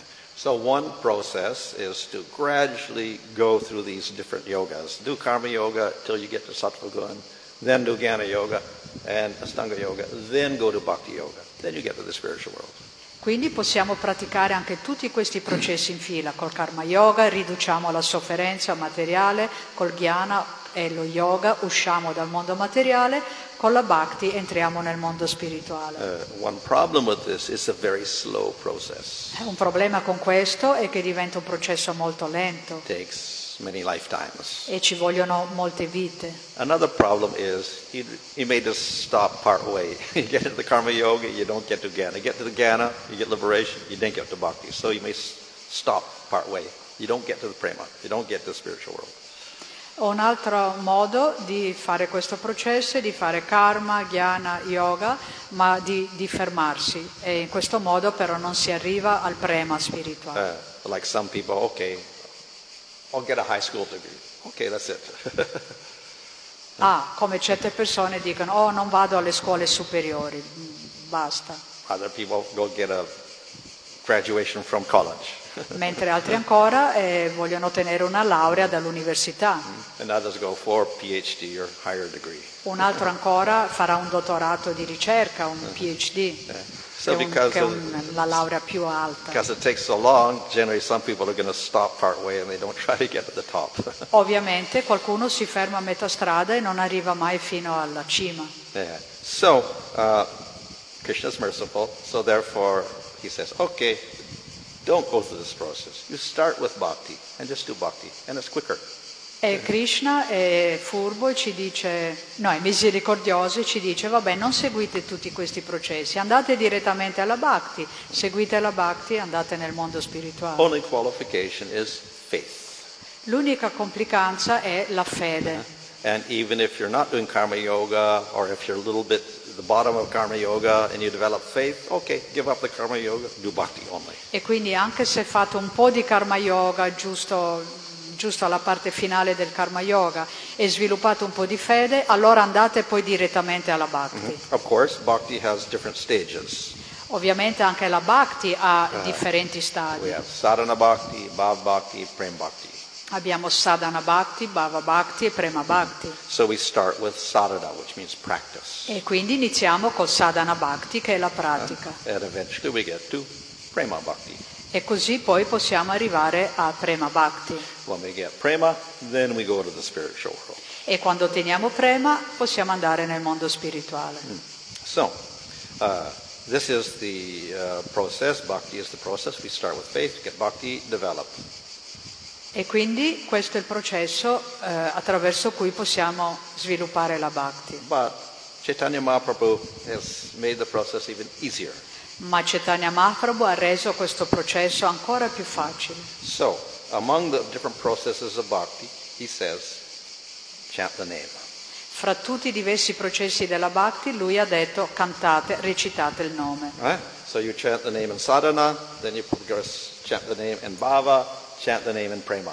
So one process is to gradually go through these different yogas. Do Karma Yoga till you get to Sattva Gun, then do Jnana Yoga and Astanga Yoga, then go to Bhakti Yoga. Then you get to the spiritual world. Quindi possiamo praticare anche tutti questi processi in fila. Col Karma Yoga riduciamo la sofferenza materiale, col Jnana e lo Yoga usciamo dal mondo materiale, con la Bhakti entriamo nel mondo spirituale. Uh, one problem with this is a very slow process. Un problema con questo è che diventa un processo molto lento It takes many lifetimes. e ci vogliono molte vite. Another problem is you, you may just stop part way. You get into the Karma Yoga, you don't get to Jnana. You get to the Jnana, you get liberation, you didn't get to Bhakti. So you may s- stop part way. You don't get to the Prema. You don't get to the spiritual world. Un altro modo di fare questo processo è di fare karma, jnana, yoga, ma di, di fermarsi. E in questo modo però non si arriva al prema spirituale. Uh, like some people, okay, I'll get a high school degree. Okay, that's it. Ah, come certe persone dicono, oh non vado alle scuole superiori, mm, basta. Other people go get a graduation from college. Mentre altri ancora eh, vogliono ottenere una laurea dall'università. And others go for PhD or higher degree. Un altro ancora farà un dottorato di ricerca, un PhD, So che è, un- because che è of- un- la laurea più alta. Because it takes so long, generally some people are going to stop part way and they don't try to get to the top. Ovviamente qualcuno si ferma a metà strada e non arriva mai fino alla cima. Yeah. So, uh, Krishna is merciful, so therefore he says, okay, don't go through this process. You start with bhakti and just do bhakti, and it's quicker. E Krishna è furbo e ci dice, no, è misericordioso e ci dice, vabbè, non seguite tutti questi processi, andate direttamente alla Bhakti, seguite la Bhakti e andate nel mondo spirituale. Only qualification is faith. L'unica complicanza è la fede. And even if you're not doing karma yoga, or if you're a little bit at the bottom of karma yoga and you develop faith, okay, give up the karma yoga, do bhakti only. E quindi anche se fate un po' di karma yoga, giusto, giusto alla parte finale del karma yoga, e sviluppate un po' di fede, allora andate poi direttamente alla Bhakti. Of course, bhakti has different stages. Ovviamente anche la Bhakti ha differenti We stadi. have sadhana bhakti, bhav bhakti, prem bhakti. Abbiamo sadhana bhakti, bhava bhakti e prema bhakti. So we start with sadhana, which means practice. E quindi iniziamo col sadhana bhakti, che è la pratica. And eventually we get to prema bhakti. E così poi possiamo arrivare a prema bhakti. When we get prema, then we go to the spiritual world. E quando otteniamo prema possiamo andare nel mondo spirituale. Mm. So, uh, this is the uh, process. Bhakti is the process. We start with faith, get bhakti, develop. E quindi questo è il processo eh, attraverso cui possiamo sviluppare la bhakti. But Chaitanya Mahaprabhu has made the process even easier. Ma Chaitanya Mahaprabhu ha reso questo processo ancora più facile. So, among the different processes of bhakti, he says, chant the name. Fra tutti i diversi processi della bhakti, lui ha detto cantate, recitate il nome. Right? So you chant the name in sadhana, then you progress, chant the name in bhava, chant the name in prema.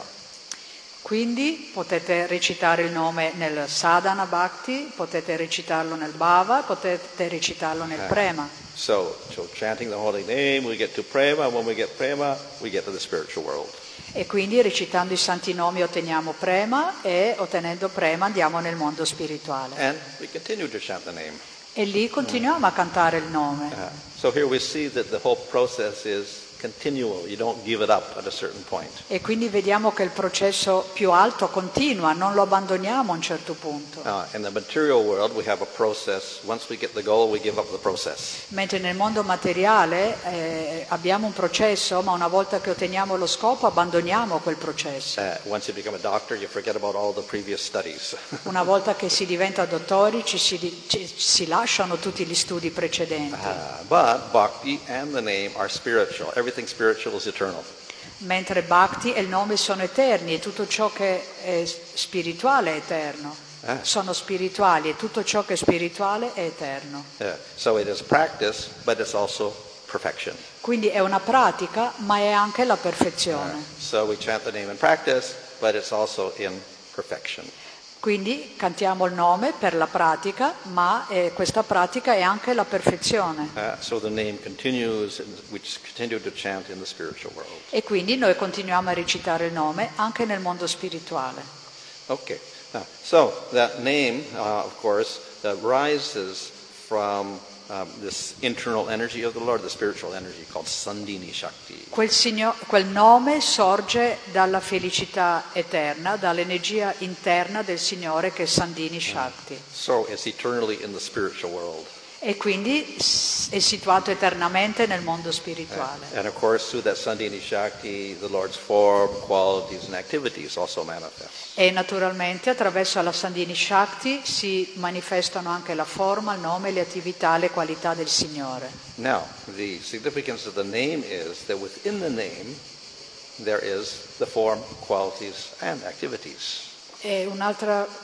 Quindi potete recitare il nome nel sadhana bhakti, potete recitarlo nel bhava, potete recitarlo nel prema. So, so chanting the holy name, we get to prema. When we get prema, we get to the spiritual world. E quindi recitando i santi nomi otteniamo prema e ottenendo prema andiamo nel mondo spirituale. And we continue to chant the name. E lì continuiamo a cantare il nome. Uh, so here we see that the whole process is continual. You don't give it up at a certain point. E quindi vediamo che il processo più alto continua, non lo abbandoniamo a un certo punto. Uh, in the material world, we have a process. Once we get the goal, we give up the process. Mentre nel mondo materiale eh, abbiamo un processo, ma una volta che otteniamo lo scopo abbandoniamo quel processo. Uh, once you become a doctor, you forget about all the previous studies. Una volta che si diventa dottori ci si, ci, si lasciano tutti gli studi precedenti. Uh, but bhakti and the name are spiritual. Everything spiritual is eternal. Mentre bhakti e il nome sono eterni e tutto ciò che è spirituale è eterno. Eh. Sono spirituali e tutto ciò che è spirituale è eterno. Uh, so it is practice, but it's also perfection. Quindi è una pratica, ma è anche la Uh, perfezione. so we chant the name in practice, but it's also in perfection. Quindi cantiamo il nome per la pratica, ma eh, questa pratica è anche la perfezione. Uh, so the name continues, and we just continue to chant in the spiritual world. E quindi noi continuiamo a recitare il nome anche nel mondo spirituale. Okay. Now, so that name, uh, of course, that rises from um, this internal energy of the Lord, the spiritual energy called Sandhini Shakti. Quel, signo- quel nome sorge dalla felicità eterna, dall'energia interna del Signore che è Sandhini Shakti. So it's eternally in the spiritual world. E quindi s- è situato eternamente nel mondo spirituale. And of course, through that Sandhini Shakti, the Lord's form, qualities, and activities also manifest. E naturalmente attraverso la Sandhini Shakti si manifestano anche la forma, il nome, le attività, le qualità del Signore. Now, the significance of the name is that within the name, there is the form, qualities, and activities. E un'altra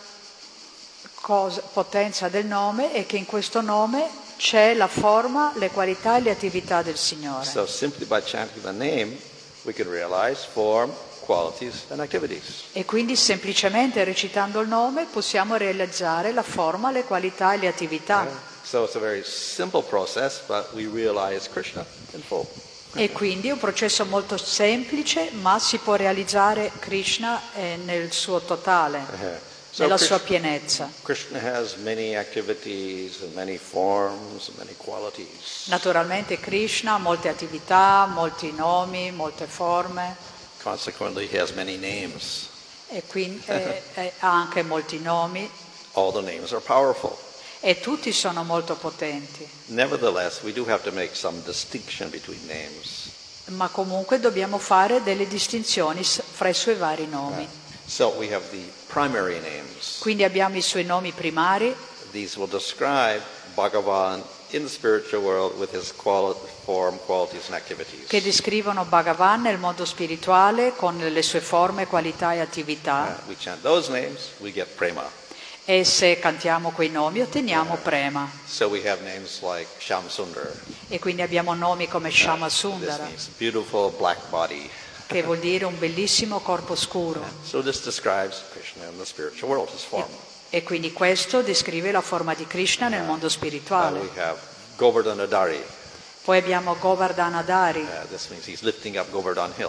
cosa, potenza del nome è che in questo nome c'è la forma, le qualità e le attività del Signore. So simply by chanting the name, we can realize form, qualities, and activities. E quindi semplicemente recitando il nome possiamo realizzare la forma, le qualità e le attività. So it's a very simple process, but we realize Krishna in full. E quindi è un processo molto semplice, ma si può realizzare Krishna eh, nel suo totale, Uh-huh. So nella Krish- sua pienezza. Krishna has many activities and many forms and many qualities. Naturalmente Krishna ha molte attività, molti nomi, molte forme Consequently, he has many names. e quindi eh, eh, ha anche molti nomi All the names are powerful. e tutti sono molto potenti. Nevertheless, we do have to make some distinction between names. Ma comunque dobbiamo fare delle distinzioni s- fra i suoi vari nomi. So we have the primary names. Quindi abbiamo i suoi nomi primari, These will describe Bhagavan in the spiritual world with his quali- form, qualities, and activities. che descrivono Bhagavan nel mondo spirituale con le sue forme, qualità e attività. Uh, we chant those names, we get prema. E se cantiamo quei nomi otteniamo prema. So we have names like Sham Sundar. E quindi abbiamo nomi come Shama This Sundara, means beautiful black body. che vuol dire un bellissimo corpo scuro. So this describes Krishna in the spiritual world, his form. E quindi questo descrive la forma di Krishna nel mondo Uh, spirituale. we have Govardhanadari. Poi abbiamo Govardhanadari, Uh, this means he's lifting up Govardhan Hill.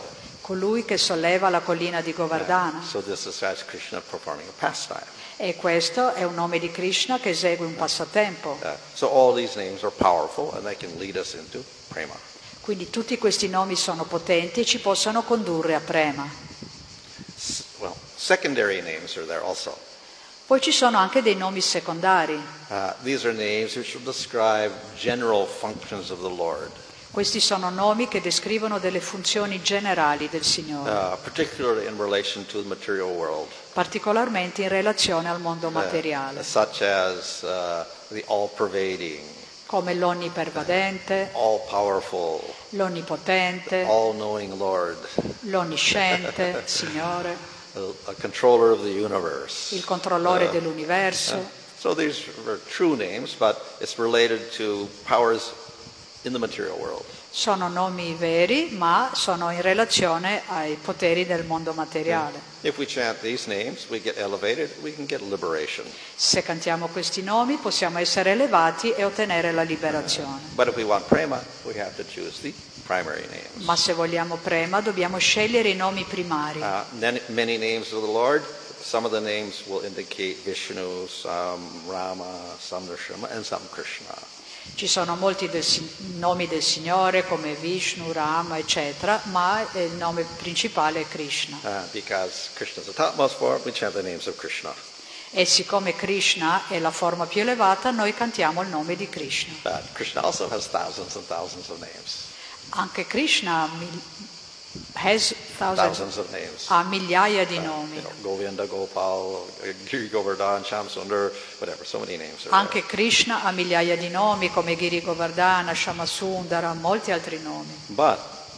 colui che solleva la collina di Uh, Govardhana. so this is as Krishna performing a pastime. E questo è un nome di Krishna che esegue un passatempo. Uh, so all these names are powerful and they can lead us into prema. Quindi tutti questi nomi sono potenti e ci possono condurre a prema. S- well, secondary names are there also. Poi ci sono anche dei nomi secondari. Uh, these are names which will describe general functions of the Lord, Questi sono nomi che descrivono delle funzioni generali del Signore, uh, particularly in relation to the material world, particolarmente in relazione al mondo uh, materiale, such as uh, the all-pervading, come l'onnipervadente, all-powerful, l'onnipotente, all-knowing Lord, l'onnisciente, Signore, a, a controller of the universe. il controllore Uh, dell'universo. So these are true names, but it's related to powers in the material world. Sono nomi veri, ma sono in relazione ai poteri del mondo materiale. If we chant these names, we get elevated, we can get liberation. Se cantiamo questi nomi possiamo essere elevati e ottenere la liberazione. But if we want prema, we have to choose the primary names. Ma se vogliamo prema dobbiamo scegliere i nomi primari. Uh, then many names of the Lord. Some of the names will indicate Vishnu, some Rama, some Nrsimha, and some Krishna. Ci sono molti del, nomi del Signore come Vishnu, Rama, eccetera, ma il nome principale è Krishna. Uh, because Krishna is the topmost form, we chant the names of Krishna. E siccome Krishna è la forma più elevata, noi cantiamo il nome di Krishna. But Krishna also has thousands and thousands of names. Anche Krishna has thousands, Thousands of names. ha migliaia di Uh, nomi. you know, Govinda, Gopal, Giri Govardhan, Shamsundar, whatever, so many names are Anche Krishna ha migliaia di nomi come Giri Govardhana, Shamasundara, molti altri nomi. there. But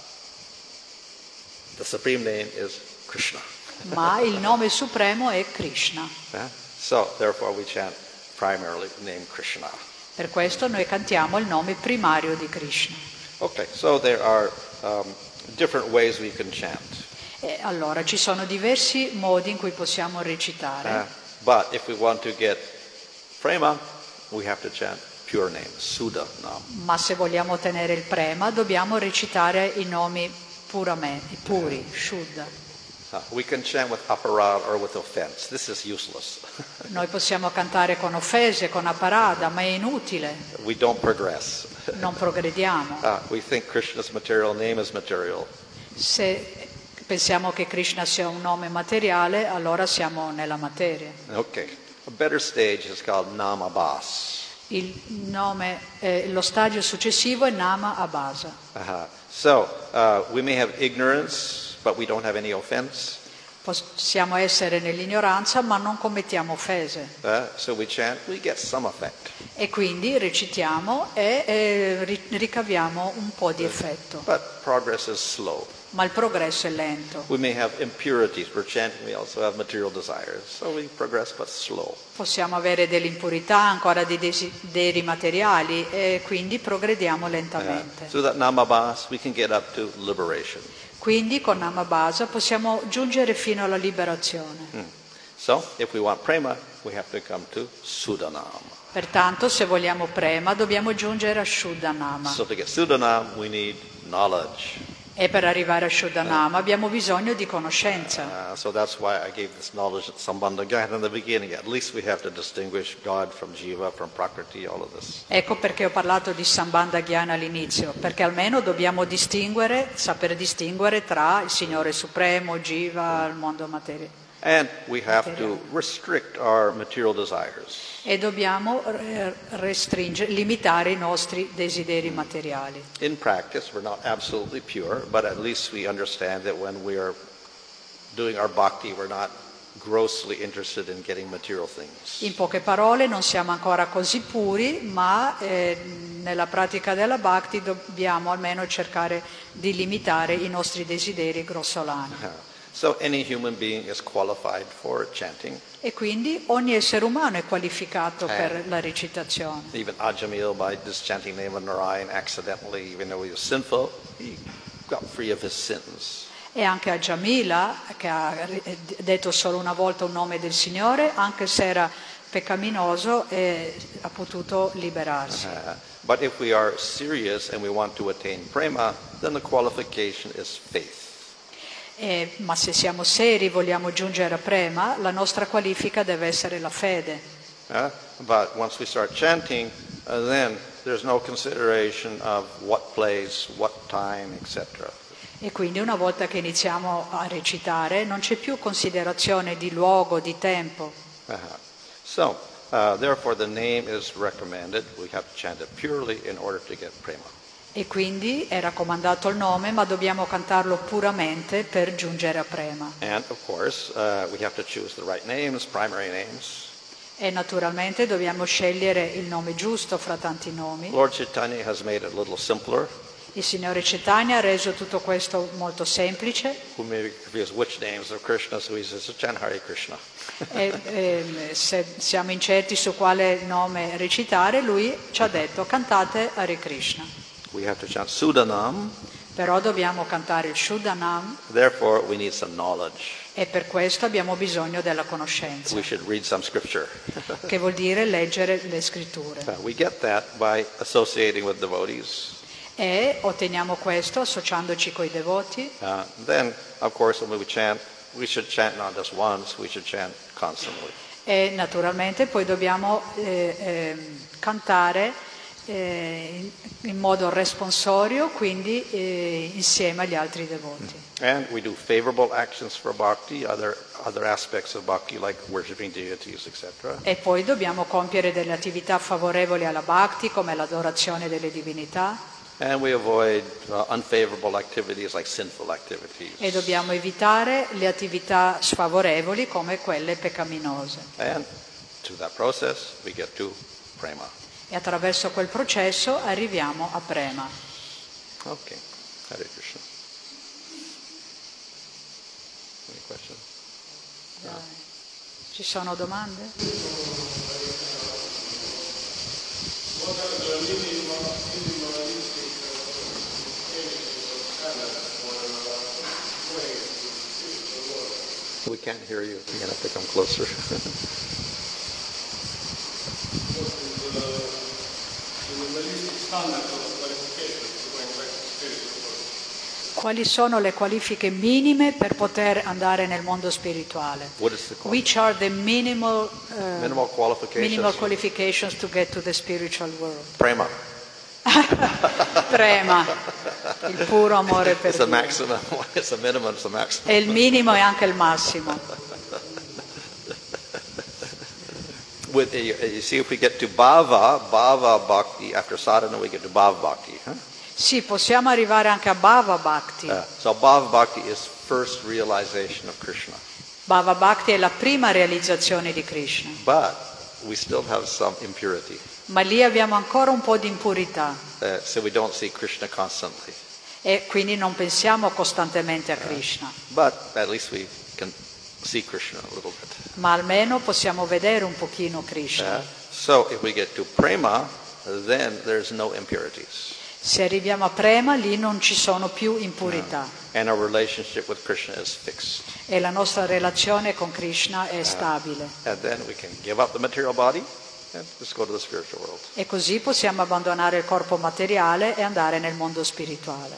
the supreme name is Krishna. Ma il nome supremo è Krishna. Yeah? So, therefore, we chant primarily the name Krishna. Per questo noi cantiamo il nome primario di Krishna. Okay, so there are um, different ways we can chant. E allora ci sono diversi modi in cui possiamo Uh, recitare, but if we want to get prema, we have to chant pure names, Suda Nam. ma se vogliamo ottenere il prema dobbiamo recitare i nomi puramente, puri, Shuddha. Uh, we can chant with aparad or with offense. This is useless. Noi possiamo cantare con offese, con aparada, ma è inutile, We don't progress. non progrediamo. Uh, we think Krishna's material name is material. Se pensiamo che Krishna sia un nome materiale, allora siamo nella materia. Okay. A better stage is called Namabhas. Il nome, eh, lo stadio successivo è Nama Abhasa. Uh-huh. So, uh, we may have ignorance, but we don't have any offense. Possiamo essere nell'ignoranza, ma non commettiamo offese. Uh, so we chant, we get some effect. E quindi recitiamo e eh, ri- ricaviamo un po' di effetto. But progress is slow. Ma il progresso è lento. We may have impurities. We're chanting, we also have material desires. So we progress, but slow. Possiamo avere delle impurità, ancora dei desideri materiali e quindi progrediamo Uh, lentamente. through that Namabhas, we can get up to liberation. Quindi con Namabhasa possiamo giungere fino alla liberazione. Hmm. So, if we want prema, we have to come to Sudanam. Pertanto se vogliamo prema dobbiamo giungere a Shuddhanama. So to get Sudanam, we need knowledge. E per arrivare a Shuddhanama abbiamo bisogno di conoscenza. Uh, so that's why I gave this knowledge at Sambandha Gyana in the beginning. At least we have to distinguish God from Jiva, from Prakriti, all of this. Ecco perché ho parlato di Sambandha Gyana all'inizio, perché almeno dobbiamo distinguere, saper distinguere tra il Signore Supremo, Jiva, il mondo materiale. And we have to restrict our material desires. E dobbiamo restringere, limitare i nostri desideri materiali. In practice, we're not absolutely pure, but at least we understand that when we are doing our bhakti, we're not grossly interested in getting material things. In poche parole non siamo ancora così puri, ma eh, nella pratica della bhakti dobbiamo almeno cercare di limitare i nostri desideri grossolani. Uh, So any human being is qualified for chanting. E quindi ogni essere umano è qualificato Eh. per la recitazione. Even Ajamil, by just chanting the name of Narayan accidentally, even though he was sinful, he got free of his sins. E anche a Jamila, che ha detto solo una volta un nome del Signore, anche se era peccaminoso, eh, ha potuto liberarsi. Uh, but if we are serious and we want to attain prema, then the qualification is faith. Eh, ma se siamo seri, vogliamo giungere a prema, la nostra qualifica deve essere la fede. Uh, but once we start chanting, uh, then there's no consideration of what place, what time, et cetera. E quindi una volta che iniziamo a recitare non c'è più considerazione di luogo, di tempo. Uh-huh. So, uh, therefore the name is recommended. We have to chant it purely in order to get prema. E quindi è raccomandato il nome, ma dobbiamo cantarlo puramente per giungere a prema. And of course, uh, we have to choose the right names, primary names. E naturalmente dobbiamo scegliere il nome giusto fra tanti nomi. Lord Chaitanya has made it a little simpler. Il Signore Chaitanya ha reso tutto questo molto semplice. Who may be confused which names of Krishna, so he says, chant Hare Krishna. E, e, se siamo incerti su quale nome recitare, lui ci ha detto cantate Hare Krishna. We have to chant Sudanam. Però dobbiamo cantare il Shuddhanam. Therefore, we need some knowledge. E per questo abbiamo bisogno della conoscenza. We should read some scripture. Che vuol dire leggere le scritture. Uh, we get that by associating with devotees. E otteniamo questo associandoci coi devoti. Uh, then, of course, when we chant, we should chant not just once, we should chant constantly. E naturalmente poi dobbiamo eh, eh, cantare eh, in, in modo responsorio, quindi eh, insieme agli altri devoti. And we do favorable actions for bhakti, other, other aspects of bhakti like worshipping deities, et cetera. E poi dobbiamo compiere delle attività favorevoli alla bhakti, come l'adorazione delle divinità. And we avoid uh, unfavorable activities like sinful activities. E dobbiamo evitare le attività sfavorevoli come quelle peccaminose. And through that process, we get to prema. E attraverso quel processo arriviamo a prema. Okay. Hare Krishna. Any questions? Ci sono domande? We can't hear you. You're going to have to come closer. Quali sono le qualifiche minime per poter andare nel mondo spirituale? What is the qual- Which are the minimal, uh, minimal qualifications? minimal qualifications to get to the spiritual world? Prema. Prema, il puro amore per It's a Dio. maximum. It's a minimum. It's a maximum. È il minimo e anche il massimo. With, uh, you you see, if we get to bhava, bhava bhakti, after sadhana we get to bhava bhakti. Huh? Sì, possiamo arrivare anche a Bhava Bhakti. Uh, so bhava bhakti is first realization of Krishna. Bhava Bhakti è la prima realizzazione di Krishna. But we still have some impurity. Ma lì abbiamo ancora un po' di impurità Uh, so we don't see Krishna constantly. e quindi non pensiamo costantemente a Krishna. But at least we can see Krishna a little bit. Ma almeno possiamo vedere un pochino Krishna. Uh, so if we get to prema, then there's no impurities. Se arriviamo a prema, lì non ci sono più impurità. And our relationship with Krishna is fixed. E la nostra relazione con Krishna è stabile. And then we can give up the material body and just go to the spiritual world. E così possiamo abbandonare il corpo materiale e andare nel mondo spirituale.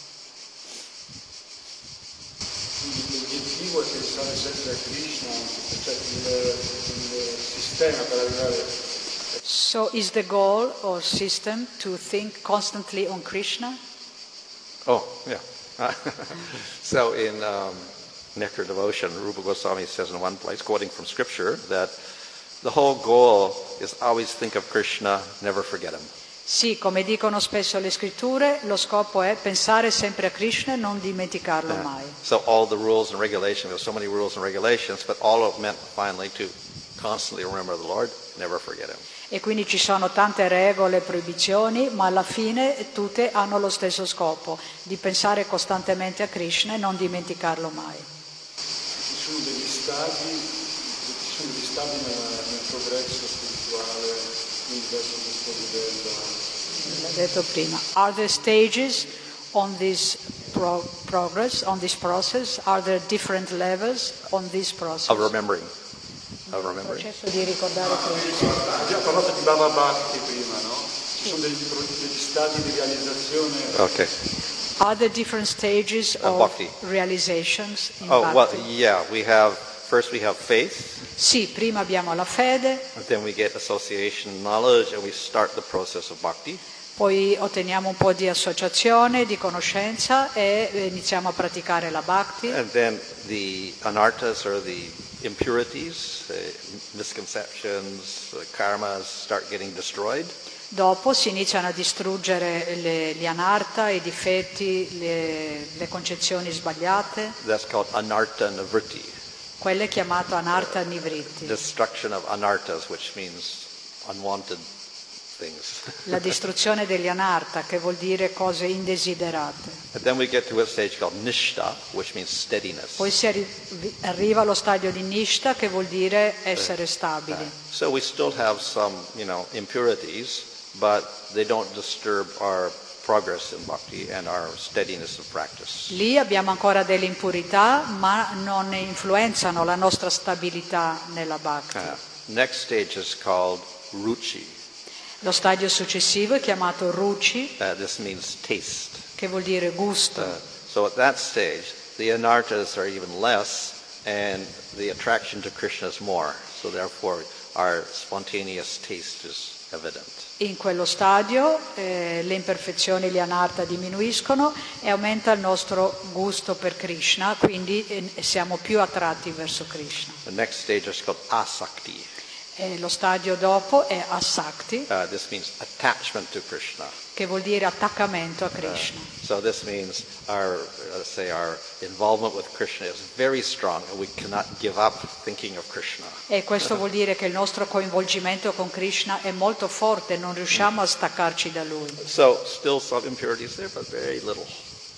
L'obiettivo è pensare sempre a Krishna, cioè il, il sistema per arrivare. So is the goal or system to think constantly on Krishna? Oh, yeah. So in um, Nectar Devotion, Rupa Goswami says in one place, quoting from scripture, that the whole goal is always think of Krishna, never forget him. Sì, come dicono spesso le scritture, lo scopo è pensare sempre a Krishna e non dimenticarlo Yeah. mai. So all the rules and regulations, there's so many rules and regulations, but all of it meant finally to constantly remember the Lord, never forget him. E quindi ci sono tante regole e proibizioni, ma alla fine tutte hanno lo stesso scopo, di pensare costantemente a Krishna e non dimenticarlo mai. Ci sono degli stadi, ci sono degli stadi nel, nel progresso spirituale, quindi verso questo livello. L'ho detto prima. Are there stages on this pro- progress, on this process? Are there different levels on this process? Of remembering. Of remembering. Processo di ricordare Krishna. Abbiamo parlato di Bhava Bhakti prima, no? Ci sono degli, degli stadi di realizzazione. Okay. Are there different stages Uh, of bhakti. realizations in Oh, well, bhakti? yeah, we have, first we have faith, Sì, prima abbiamo la fede, and then we get association knowledge, and we start the process of bhakti. poi otteniamo un po' di associazione, di conoscenza e iniziamo a praticare la bhakti. And then the anarthas, or the impurities, uh, misconceptions, uh, karmas start getting destroyed. Dopo si iniziano a distruggere le, gli anartha, i difetti, le, le concezioni sbagliate. That's called anartha nivritti, Quello è chiamato anartha nivritti, destruction of anarthas, which means unwanted things. la distruzione degli anartha, che vuol dire cose indesiderate. And then we get to a stage called nishta, which means steadiness. Poi si arri- arriva allo stadio di nishta, che vuol dire essere stabili. So we still have some, you know, impurities, but they don't disturb our progress in bhakti and our steadiness of practice. Lì abbiamo ancora delle impurità, ma non influenzano la nostra stabilità nella bhakti. Uh, next stage is called ruchi. Lo stadio successivo è chiamato ruchi, Uh, this means taste. che vuol dire gusto. Uh, so at that stage, the anarthas are even less, and the attraction to Krishna is more. So therefore, our spontaneous taste is evident. In quello stadio eh, le imperfezioni, gli anartha diminuiscono e aumenta il nostro gusto per Krishna, quindi eh, siamo più attratti verso Krishna. The next stage is called asakti. E lo stadio dopo è asakti, Uh, this means attachment to Krishna. che vuol dire attaccamento a Krishna. So this means our, uh, let's say, our involvement with Krishna is very strong, and we cannot give up thinking of Krishna. E questo vuol dire che il nostro coinvolgimento con Krishna è molto forte, non riusciamo a staccarci da lui. So still some impurities there, but very little.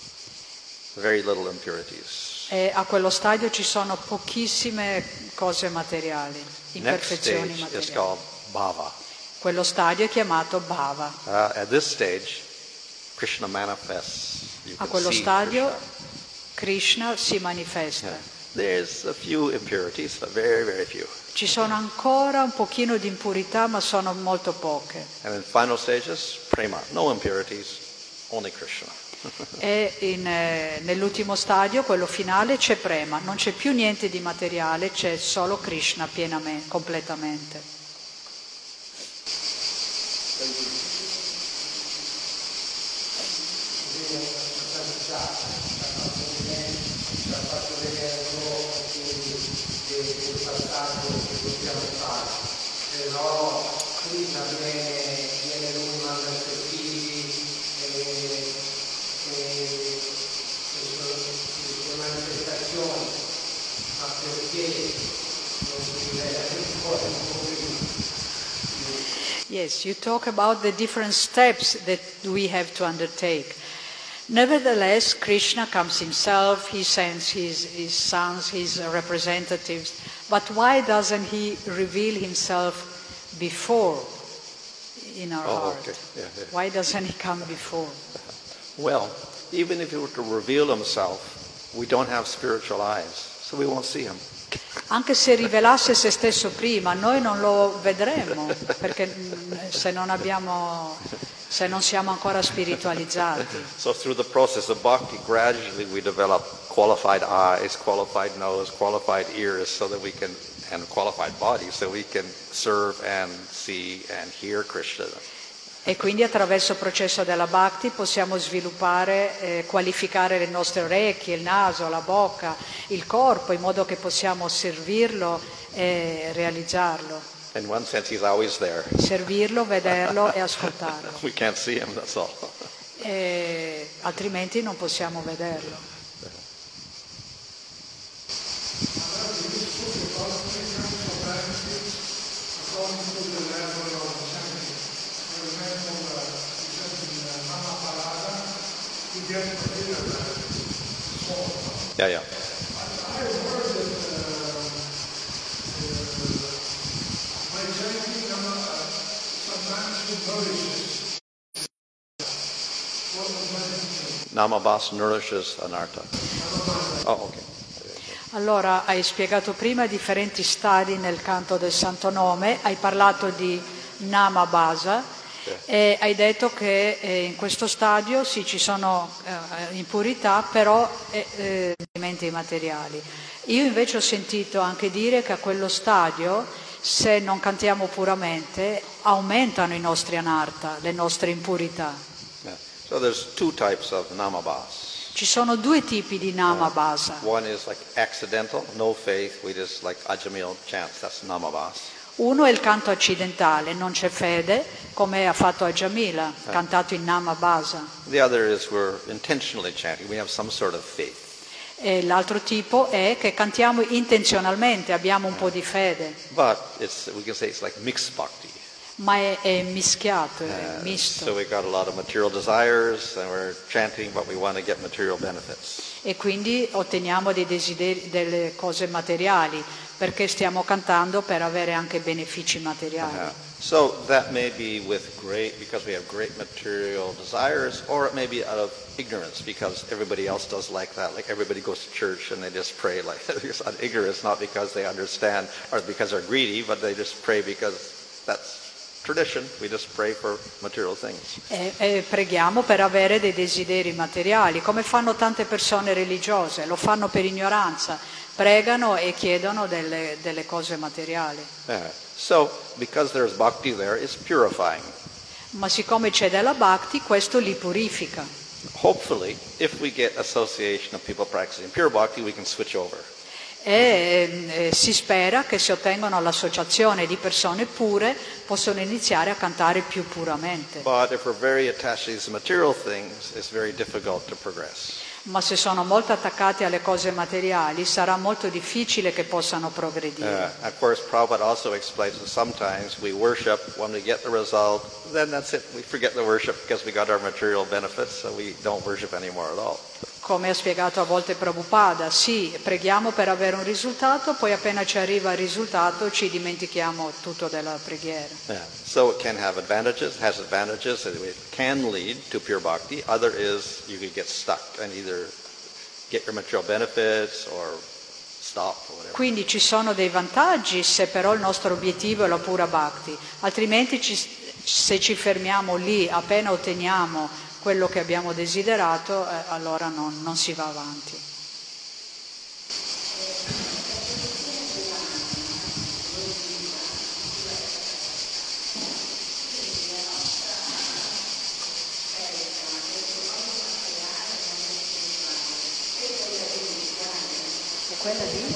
Very little impurities. E a quello stadio ci sono pochissime cose materiali, Next imperfezioni stage is materiali. called bhava. Quello stadio è chiamato bhava. Uh, at this stage, Krishna manifests. You A can quello see stadio Krishna. Krishna si manifesta. Yeah. There's a few impurities, but very, very few. Ci sono ancora un pochino di impurità, ma sono molto poche. And in final stages, prema. No impurities, only Krishna. E in, eh, nell'ultimo stadio, quello finale, c'è prema, non c'è più niente di materiale, c'è solo Krishna pienamente, completamente. Però Krishna viene, viene lui manda i suoi figli e, e, e sue, le sue manifestazioni, ma perché non si rivela ancora un po' più? Yes, you talk about the different steps that we have to undertake. Nevertheless, Krishna comes himself, he sends his, his sons, his representatives, but why doesn't he reveal himself before in our Oh, heart? okay. Yeah, yeah. Why doesn't he come before? Well, even if he were to reveal himself, we don't have spiritual eyes, so we won't see him. Anche se rivelasse se stesso prima, noi non lo vedremo, perché se non abbiamo, se non siamo ancora spiritualizzati. So through the process of bhakti, gradually we develop qualified eyes, qualified nose, qualified ears, so that we can, and qualified body, so we can serve and see and hear Krishna. E quindi attraverso il processo della Bhakti possiamo sviluppare, eh, qualificare le nostre orecchie, il naso, la bocca, il corpo, in modo che possiamo servirlo e realizzarlo. In one sense, he's always there. Servirlo, vederlo e ascoltarlo. We can't see him, that's all. E altrimenti non possiamo vederlo. Yeah, yeah. Namabhas nourishes anartha. Oh, okay. Allora, hai spiegato prima i differenti stadi nel canto del Santo Nome, hai parlato di Namabhasa E hai detto che eh, in questo stadio sì ci sono eh, impurità, però eh, eh, elementi materiali. Io invece ho sentito anche dire che a quello stadio, se non cantiamo puramente, aumentano i nostri anarta, le nostre impurità. Yeah. So there's two types of namabhas. Ci sono due tipi di namabhasa. One is like accidental, no faith, we just like Ajamil chants, that's namabhas. Uno è il canto accidentale, non c'è fede, come ha fatto Ajamila, cantato in namabhasa. The other is we're intentionally chanting, we have some sort of faith. E l'altro tipo è che cantiamo intenzionalmente, abbiamo un po' di fede. But it's, we can say it's like mixed bhakti. Ma è, è mischiato, è Uh, misto. so we got a lot of material desires and we're chanting but we want to get material benefits. E quindi otteniamo dei desideri, delle cose materiali, perché stiamo cantando per avere anche benefici materiali. Uh, so that may be with great, because we have great material desires, or it may be out of ignorance because everybody else does like that. Like everybody goes to church and they just pray like it's out of ignorance, not because they understand or because they're greedy, but they just pray because that's tradition. We just pray for material things. E, e preghiamo per avere dei desideri materiali, come fanno tante persone religiose, lo fanno per ignoranza, pregano e chiedono delle, delle cose materiali. Yeah. So because there's bhakti there, it's purifying. Ma siccome c'è della bhakti, questo li purifica. Hopefully, if we get association of people practicing pure bhakti, we can switch over. E eh, si spera che se ottengono l'associazione di persone pure possono iniziare a cantare più puramente. But if we're very attached to these material things, it's very difficult to progress. Ma se sono molto attaccati alle cose materiali sarà molto difficile che possano progredire. Uh, of course, Prabhupada also explains that sometimes we worship, when we get the result, then that's it. We forget the worship because we got our material benefits, so we don't worship anymore at all. Come ha spiegato a volte Prabhupada, sì, preghiamo per avere un risultato, poi appena ci arriva il risultato ci dimentichiamo tutto della preghiera. Yeah. So it can have advantages, has advantages, and it can lead to pure bhakti. Other is you could get stuck and either get your material benefits or stop or whatever. Quindi ci sono dei vantaggi se però il nostro obiettivo è la pura bhakti, altrimenti ci, se ci fermiamo lì appena otteniamo quello che abbiamo desiderato, eh, allora non, non si va avanti. E quella lì?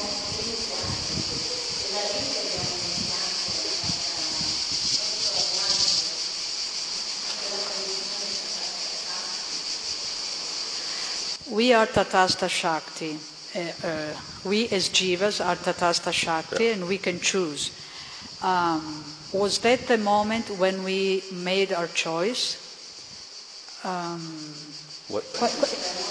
We are Tatastha Shakti. Uh, uh, we as Jivas are Tatastha Shakti, and we can choose. Um, was that the moment when we made our choice? Um, What? qu- qu-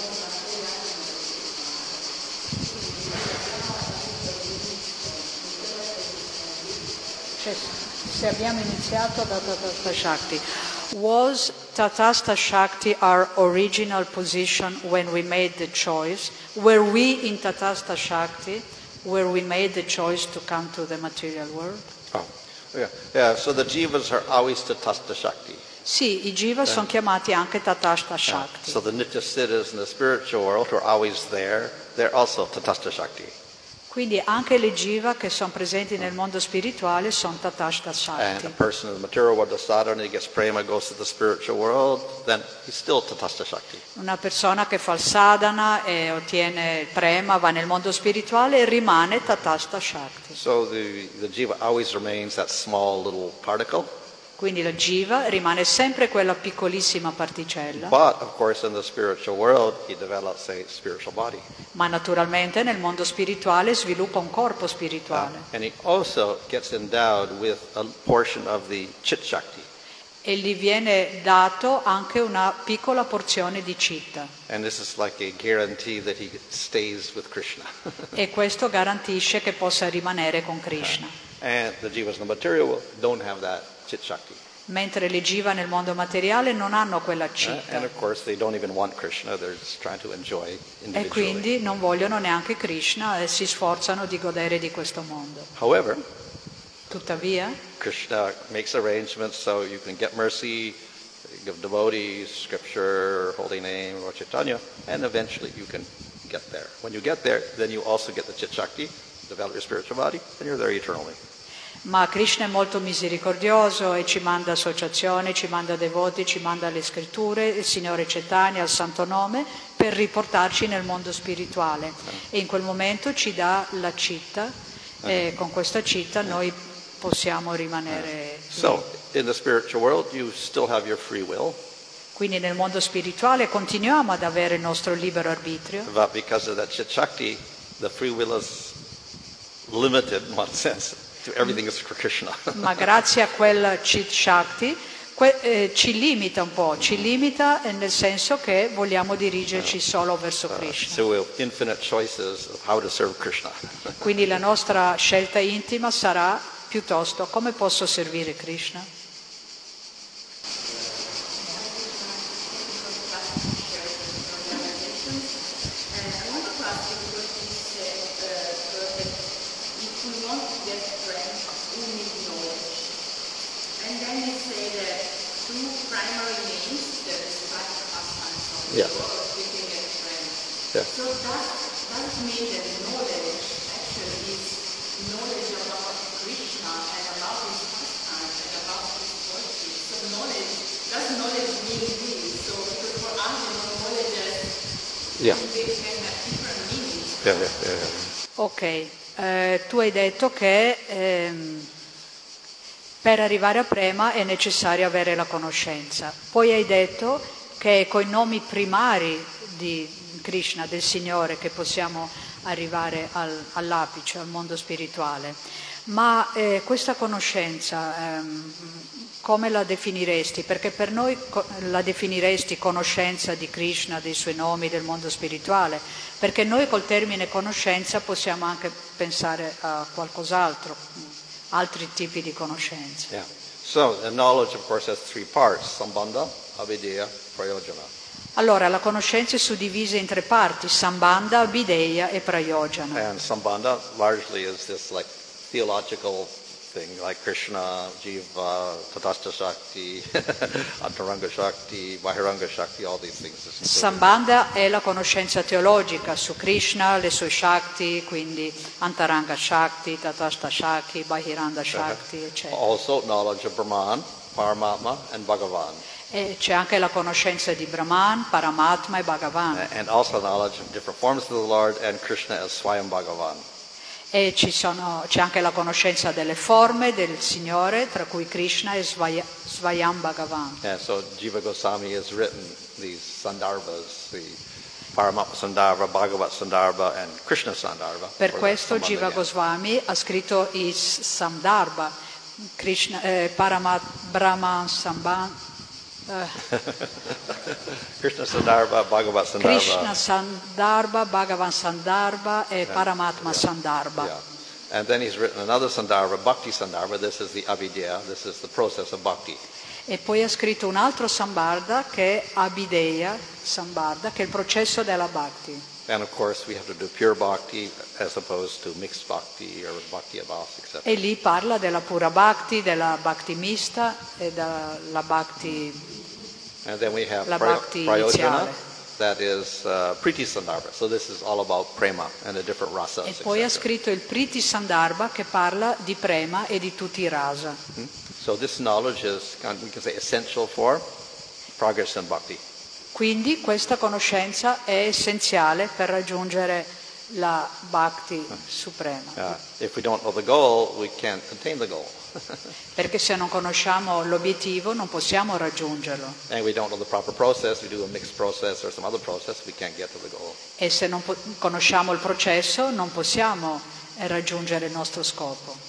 cioè, se abbiamo iniziato da Tatastha Shakti. Was Tatastha Shakti our original position when we made the choice? Were we in Tatastha Shakti where we made the choice to come to the material world? Oh, yeah. Yeah, so the jivas are always Tatastha Shakti. Sì, i jiva sono chiamati anche Tatastha Shakti. So the Nitya Siddhas in the spiritual world who are always there, they're also Tatastha Shakti. Quindi anche le jiva che sono presenti nel mondo spirituale sono Tatastha And Shakti. a person in the material world does sadhana, he gets prema, goes to the spiritual world, then he's still Tatastha Shakti. Una persona che fa il sadhana e ottiene il prema, va nel mondo spirituale e rimane Tatastha Shakti. So the, the jiva always remains that small little particle. Quindi la jiva rimane sempre quella piccolissima particella, But, of course, in the spiritual world, he develops a spiritual body. ma naturalmente nel mondo spirituale sviluppa un corpo Uh, spirituale and he also gets endowed with a portion of the Chit Shakti. e gli viene dato anche una piccola porzione di citta. And this is like a guarantee that he stays with Krishna. E questo garantisce che possa rimanere con Krishna. And the jivas in the material world don't have that Chit Shakti. Mentre le jiva nel mondo materiale non hanno quella Uh, and citta of course, they don't even want Krishna. They're just trying to enjoy e individually. quindi non vogliono neanche Krishna e si sforzano di godere di questo mondo. However, Tuttavia, Krishna makes arrangements so you can get mercy, give devotees, scripture, holy name, Lord Chaitanya, and eventually you can get there. When you get there, then you also get the Chit Shakti, develop your spiritual body, and you're there eternally. ma Krishna è molto misericordioso e ci manda associazioni, ci manda devoti, ci manda le scritture, il Signore Chaitanya, il Santo Nome, per riportarci nel mondo spirituale. E in quel momento ci dà la citta, e con questa citta noi possiamo rimanere lì. So, in the spiritual world, you still have your free will. Quindi nel mondo spirituale continuiamo ad avere il nostro libero arbitrio. But because of that Chit Shakti, the free will is limited in one sense. To everything is for Krishna. Ma grazie a quel Chit Shakti que- eh, ci limita un po', ci limita eh, nel senso che vogliamo dirigerci solo verso Krishna. So we have infinite choices of how to serve Krishna. Quindi la nostra scelta intima sarà piuttosto come posso servire Krishna? Yeah. Yeah. So that does mean that knowledge actually is knowledge about Krishna and about his pastime and about his worship. So knowledge, does knowledge mean this? So because for us, you know, knowledge is, Yeah. they can have different meanings. Yeah, yeah, yeah, yeah. Ok, eh, tu hai detto che ehm, per arrivare a Prema è necessario avere la conoscenza. Poi hai detto che è con i nomi primari di Krishna, del Signore, che possiamo arrivare al, all'apice, al mondo spirituale. Ma eh, questa conoscenza, ehm, come la definiresti? Perché per noi co- la definiresti conoscenza di Krishna, dei suoi nomi, del mondo spirituale, perché noi col termine conoscenza possiamo anche pensare a qualcos'altro, altri tipi di conoscenza. Yeah. So the knowledge, of course, has three parts: sambandha, avideya, prayojana. Allora, la conoscenza è suddivisa in tre parti: sambandha, abhideya e prayojana. And sambandha largely is this like theological thing, like Krishna, Jiva, Tatastha Shakti, Antaranga Shakti, Bahiranga Shakti, all these things. Sambandha è la conoscenza teologica su Krishna, le sue Shakti, quindi Antaranga Shakti, Tatastha Shakti, Bahiranga Shakti, eccetera. Also knowledge of Brahman, Paramatma, and Bhagavan. E c'è anche la conoscenza di Brahman, Paramatma e Bhagavan. And also knowledge of different forms of the Lord and Krishna as Swayam Bhagavan. E ci sono, c'è anche la conoscenza delle forme del Signore, tra cui Krishna e Svaya, Svayam Bhagavan. And so Jiva Goswami has written these Sandarbhas, the Paramatma Sandarbha, Bhagavat Sandarbha, and Krishna Sandarbha. Per for questo that Jiva Sambandha Goswami ha scritto i Sandarbha, Krishna, eh, Paramat, Brahman Sambandha, Krishna Sandarbha, Bhagavat Sandarbha. Krishna Sandarbha, Bhagavan Sandarbha e Paramatma Sandarbha. Yeah. And then he's written another Sandarbha, Bhakti Sandarbha. This is the Avideya. This is the process of Bhakti. E poi ha scritto un altro Sambandha che è Abhideya Sambandha, che è il processo della Bhakti. And of course we have to do pure Bhakti as opposed to mixed Bhakti or Bhakti Abhas, et cetera. E lì parla della pura Bhakti, della Bhakti mista e della Bhakti, And then we have la Prayo- Bhakti Prayojana, iniziale. that is uh, Priti Sandarbha. So this is all about prema and the different rasas, E et poi ha cetera. scritto il Priti Sandarbha che parla di prema e di tutti i rasa. So this knowledge is, we can say, essential for progress in Bhakti. Quindi questa conoscenza è essenziale per raggiungere la Bhakti suprema. Uh, if we don't know the goal, we can't attain the goal. Perché se non conosciamo l'obiettivo non possiamo raggiungerlo. And we don't know the proper process, we do a mixed process or some other process, we can't get to the goal. E se non po- conosciamo il processo non possiamo eh, raggiungere il nostro scopo.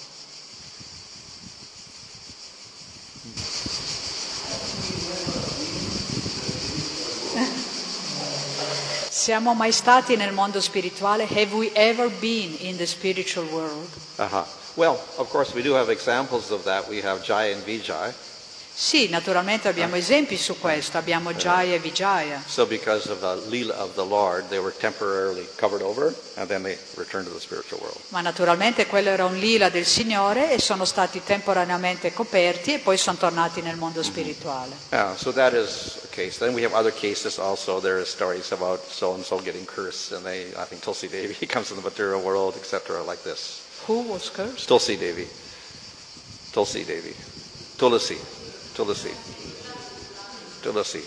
Siamo mai stati nel mondo spirituale? Have we ever been in the spiritual world? Uh-huh. Well, of course, we do have examples of that. We have Jai and Vijay. Sì, naturalmente abbiamo esempi su questo, abbiamo Jaya e Vijaya. So because of the lila of the Lord, they were temporarily covered over, and then they returned to the spiritual world. Ma naturalmente quello era un lila del Signore e sono stati temporaneamente coperti e poi sono tornati nel mondo spirituale. Yeah, so that is a case. Then we have other cases also. There are stories about so-and-so getting cursed, and they, I think Tulsi Devi comes in the material world, et cetera, like this. Who was cursed? Tulsi Devi. Tulsi Devi. Tulsi. Tulsi. Tulsi.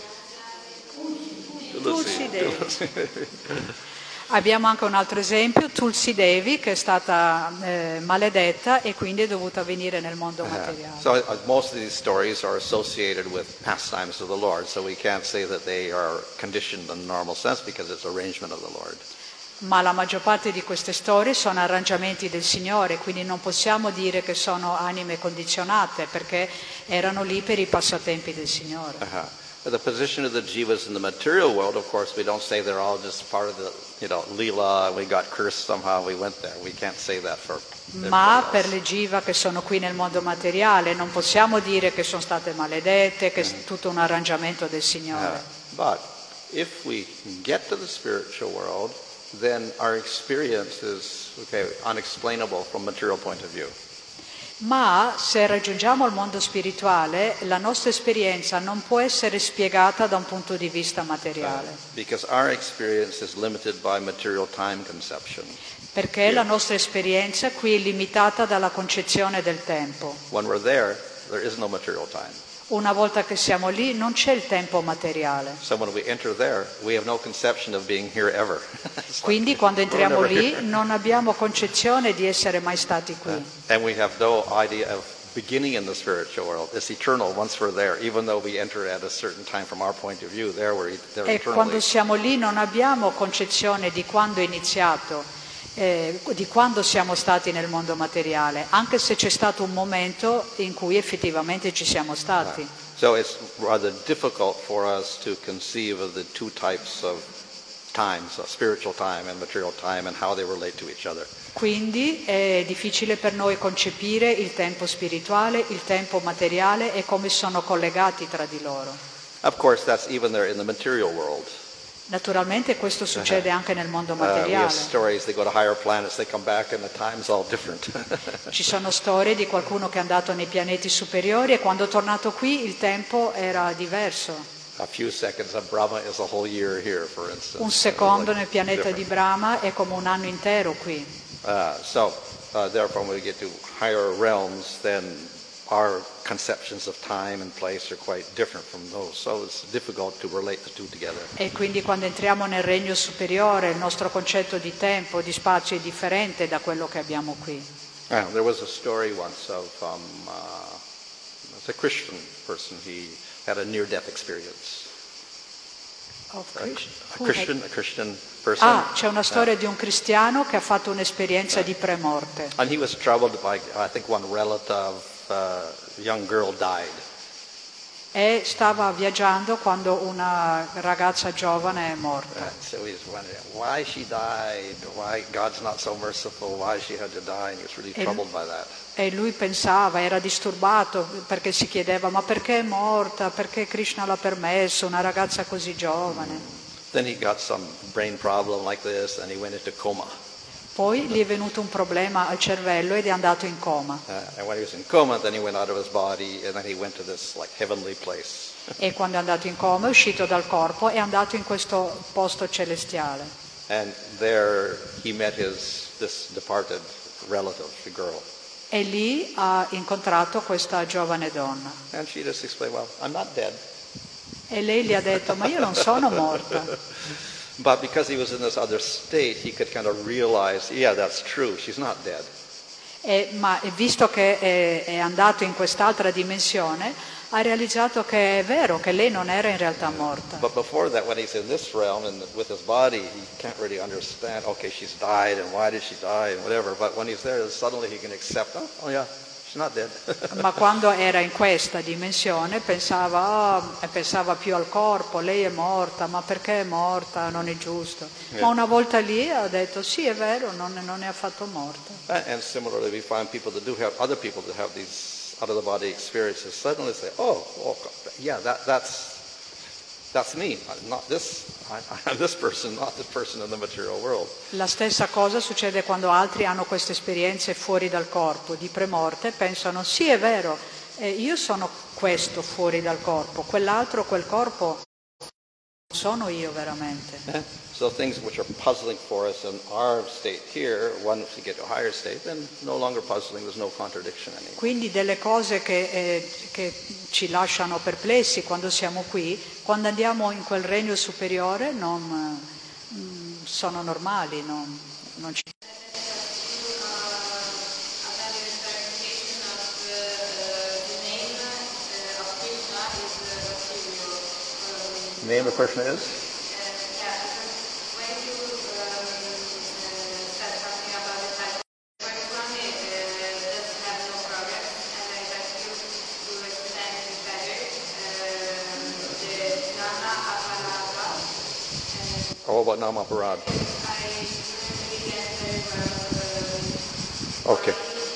Tulsi Devi. Abbiamo anche un altro esempio, Tulsi Devi, che è stata eh, maledetta e quindi è dovuta venire nel mondo materiale. So uh, most of these stories are associated with pastimes of the Lord, so we can't say that they are conditioned in the normal sense because it's arrangement of the Lord. Ma la maggior parte di queste storie sono arrangiamenti del Signore, quindi non possiamo dire che sono anime condizionate, perché erano lì per i passatempi del Signore. Uh-huh. But the position of the jivas in the material world, of course, we don't say they're all just part of the, you know, lila, we got cursed somehow, we went there. We can't say that for Ma per le jiva che sono qui nel mondo materiale non possiamo dire che sono state maledette, che è tutto un arrangiamento del Signore. Uh, but if we get to the spiritual world, then our experience is okay, unexplainable from material point of view. Ma se raggiungiamo il mondo spirituale, la nostra esperienza non può essere spiegata da un punto di vista materiale. Uh, because our experience is limited by material time conception. Perché Yeah. la nostra esperienza qui è limitata dalla concezione del tempo. When we're there, there is no material time. Una volta che siamo lì non c'è il tempo materiale. So when we enter there, we have no conception of being here ever. It's Quindi like, quando we're entriamo never lì here. non abbiamo concezione di essere mai stati qui. And we have no idea of beginning in the spiritual world. It's eternal once we're there, even though we enter at a certain time from our point of view. There we're there E quando eternally. siamo lì non abbiamo concezione di quando è iniziato, eh, di quando siamo stati nel mondo materiale, anche se c'è stato un momento in cui effettivamente ci siamo stati. So it's rather difficult for us to conceive of the two types of times, uh, spiritual time and material time, and how they relate to each other. Quindi è difficile per noi concepire il tempo spirituale, il tempo materiale e come sono collegati tra di loro. Of course, that's even there in the material world. Naturalmente questo succede anche nel mondo Uh, we have materiale. stories, they go to higher planets, they come back, and the time's all different. Ci sono storie di qualcuno che è andato nei pianeti superiori e quando è tornato qui il tempo era diverso. A few seconds of Brahma is a whole year here, for instance. Un secondo Like nel pianeta di different. Brahma è come un anno intero qui. Uh, so, uh, therefore, when we get to higher realms, then our conceptions of time and place are quite different from those. So it's difficult to relate the two together. E quindi quando entriamo nel regno superiore il nostro concetto di tempo, di spazio è differente da quello che abbiamo qui. Uh, there was a story once of um, uh, it's a Christian person. He had a near-death experience. Of A, Christ- a who Christian, had- a Christian person. Ah, c'è una storia di un cristiano che ha fatto un'esperienza di premorte And he was troubled by, I think, one relative, uh, young girl died. e stava viaggiando quando una ragazza giovane è morta. And so he's wondering why she died, why God's not so merciful, why she had to die, and he was really E- troubled by that. E lui pensava, era disturbato perché si chiedeva ma perché è morta, perché Krishna l'ha permesso, una ragazza così giovane. Then he got some brain problem like this, and he went into coma. Poi gli è venuto un problema al cervello ed è andato in coma. Uh, and when he was in coma, then he went out of his body, and then he went to this like heavenly place. E quando è andato in coma è uscito dal corpo e è andato in questo posto celestiale. And there he met his this departed relative, the girl. E lì ha incontrato questa giovane donna. And she just explained, well, I'm not dead. E lei gli ha detto, ma io non sono morta. But because he was in this other state, he could kind of realize, yeah, that's true, she's not dead. E, ma visto che è, è andato in quest'altra dimensione, ha realizzato che è vero, che lei non era in realtà morta. But before that, when he's in this realm and with his body, he can't really understand, okay, she's died, and why did she die, and whatever. But when he's there, suddenly he can accept, oh, oh yeah, she's not dead. Ma quando era in questa dimensione pensava, oh, e pensava più al corpo, lei è morta, ma perché è morta? Non è giusto. Yeah. Ma una volta lì ha detto, sì è vero, non, non è affatto morta. And similarly, we find people that do have, other people that have these out-of-the-body experiences suddenly say, oh, oh yeah, that, that's that's me, not this, I, I'm this person, not the person in the material world. La stessa cosa succede quando altri hanno queste esperienze fuori dal corpo, di premorte, pensano, sì è vero, eh, io sono questo fuori dal corpo, quell'altro, quel corpo, sono io veramente. Yeah. So things which are puzzling for us in our state here, once we get to a higher state, then no longer puzzling, there's no contradiction anymore. Quindi delle cose che, eh, che ci lasciano perplessi quando siamo qui, quando andiamo in quel regno superiore non, mm, sono normali, non, non ci... The name of Krishna is? Or what about Nama Parad? Okay.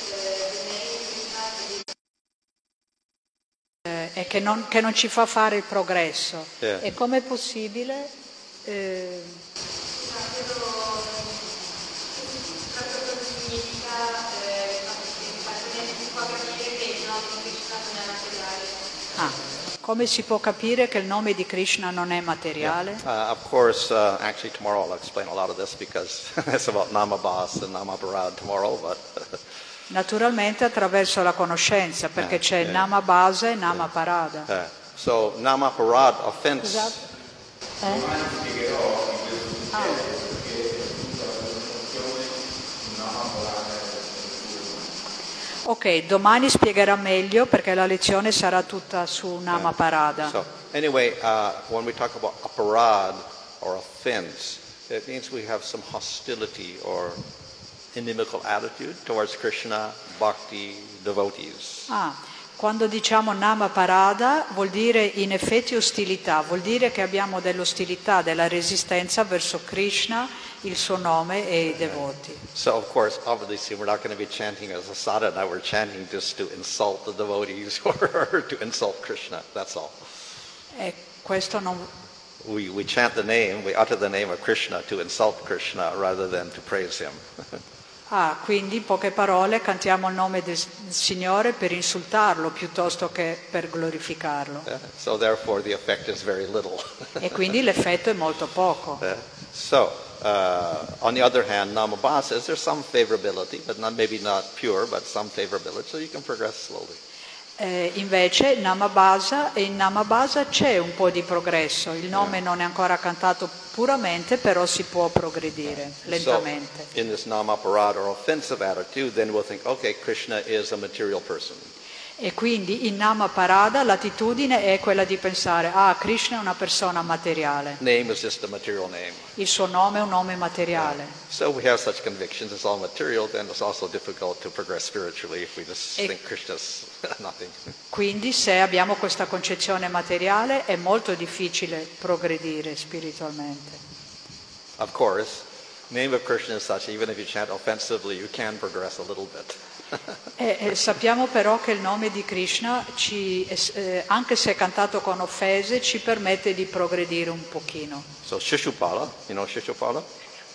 E che non, che non ci fa fare il progresso. Yeah. E com'è possibile? Eh, ah, come si può capire che il nome di Krishna non è materiale? Yeah. Uh, of course, uh, actually tomorrow I'll explain a lot of this because it's about Namabhas and Namaparad tomorrow, but... Naturalmente attraverso la conoscenza, perché c'è il Nama Basa e Nama Parada. Uh, so Namaparad offense... Scusate. Eh? Ah. Ok, domani spiegherà meglio perché la lezione sarà tutta su Nama Parada. So anyway, uh, when we talk about aparad or offense, it means we have some hostility or inimical attitude towards Krishna, bhakti, devotees. Ah, quando diciamo Nama Parada vuol dire in effetti ostilità, vuol dire che abbiamo dell'ostilità, della resistenza verso Krishna, il suo nome e i devoti. So of course, obviously, we're not going to be chanting as a sadhana. We're chanting just to insult the devotees or to insult Krishna. That's all. E questo non... We we chant the name, we utter the name of Krishna to insult Krishna rather than to praise him. Ah, quindi in poche parole cantiamo il nome del Signore per insultarlo piuttosto che per glorificarlo. Yeah. So therefore, the effect is very little. E quindi l'effetto è molto poco. Yeah. So. Uh, on the other hand, Namabhasa says there's some favorability, but not, maybe not pure, but some favorability, so you can progress slowly. Eh, invece Namabhasa, in Namabhasa c'è un po' di progresso, il nome yeah. non è ancora cantato puramente, però si può progredire lentamente. So, in this Namaparad or offensive attitude, then we'll think, okay, Krishna is a material person. E quindi in Nama Parada l'attitudine è quella di pensare, ah, Krishna è una persona materiale. Name is just a material name. Il suo nome è un nome materiale. Yeah. So we have such convictions, it's all material, then it's also difficult to progress spiritually if we just e think Krishna's nothing. Quindi se abbiamo questa concezione materiale è molto difficile progredire spiritualmente. Of course, the name of Krishna is such, even if you chant offensively, you can progress a little bit. E, e sappiamo però che il nome di Krishna, ci, eh, anche se è cantato con offese, ci permette di progredire un pochino. So Shishupala, you know Shishupala?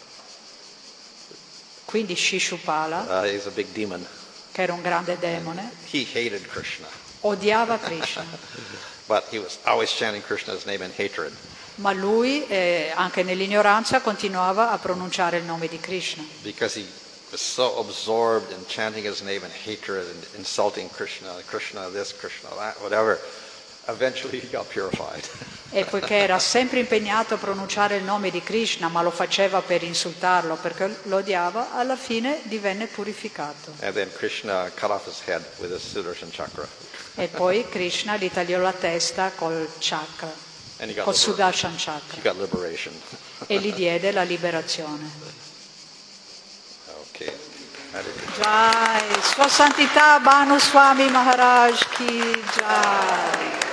Quindi Shishupala, uh, is a big demon. Che era un grande demone, he hated Krishna. Odiava Krishna. But he was always chanting Krishna's name in hatred. Ma lui, eh, anche nell'ignoranza, continuava a pronunciare il nome di Krishna. Because he was so absorbed in chanting his name in hatred and insulting Krishna, Krishna this, Krishna that, whatever, eventually he got purified. E poiché era sempre impegnato a pronunciare il nome di Krishna, ma lo faceva per insultarlo, perché lo odiava, alla fine divenne purificato. And then Krishna cut off his head with his Sudarshan chakra. E poi Krishna gli tagliò la testa col chakra, col Sudarshan chakra. He got liberation. E gli diede la liberazione. Okay. Jai, Sua Santità Bhanu Swami Maharaj ki Jai.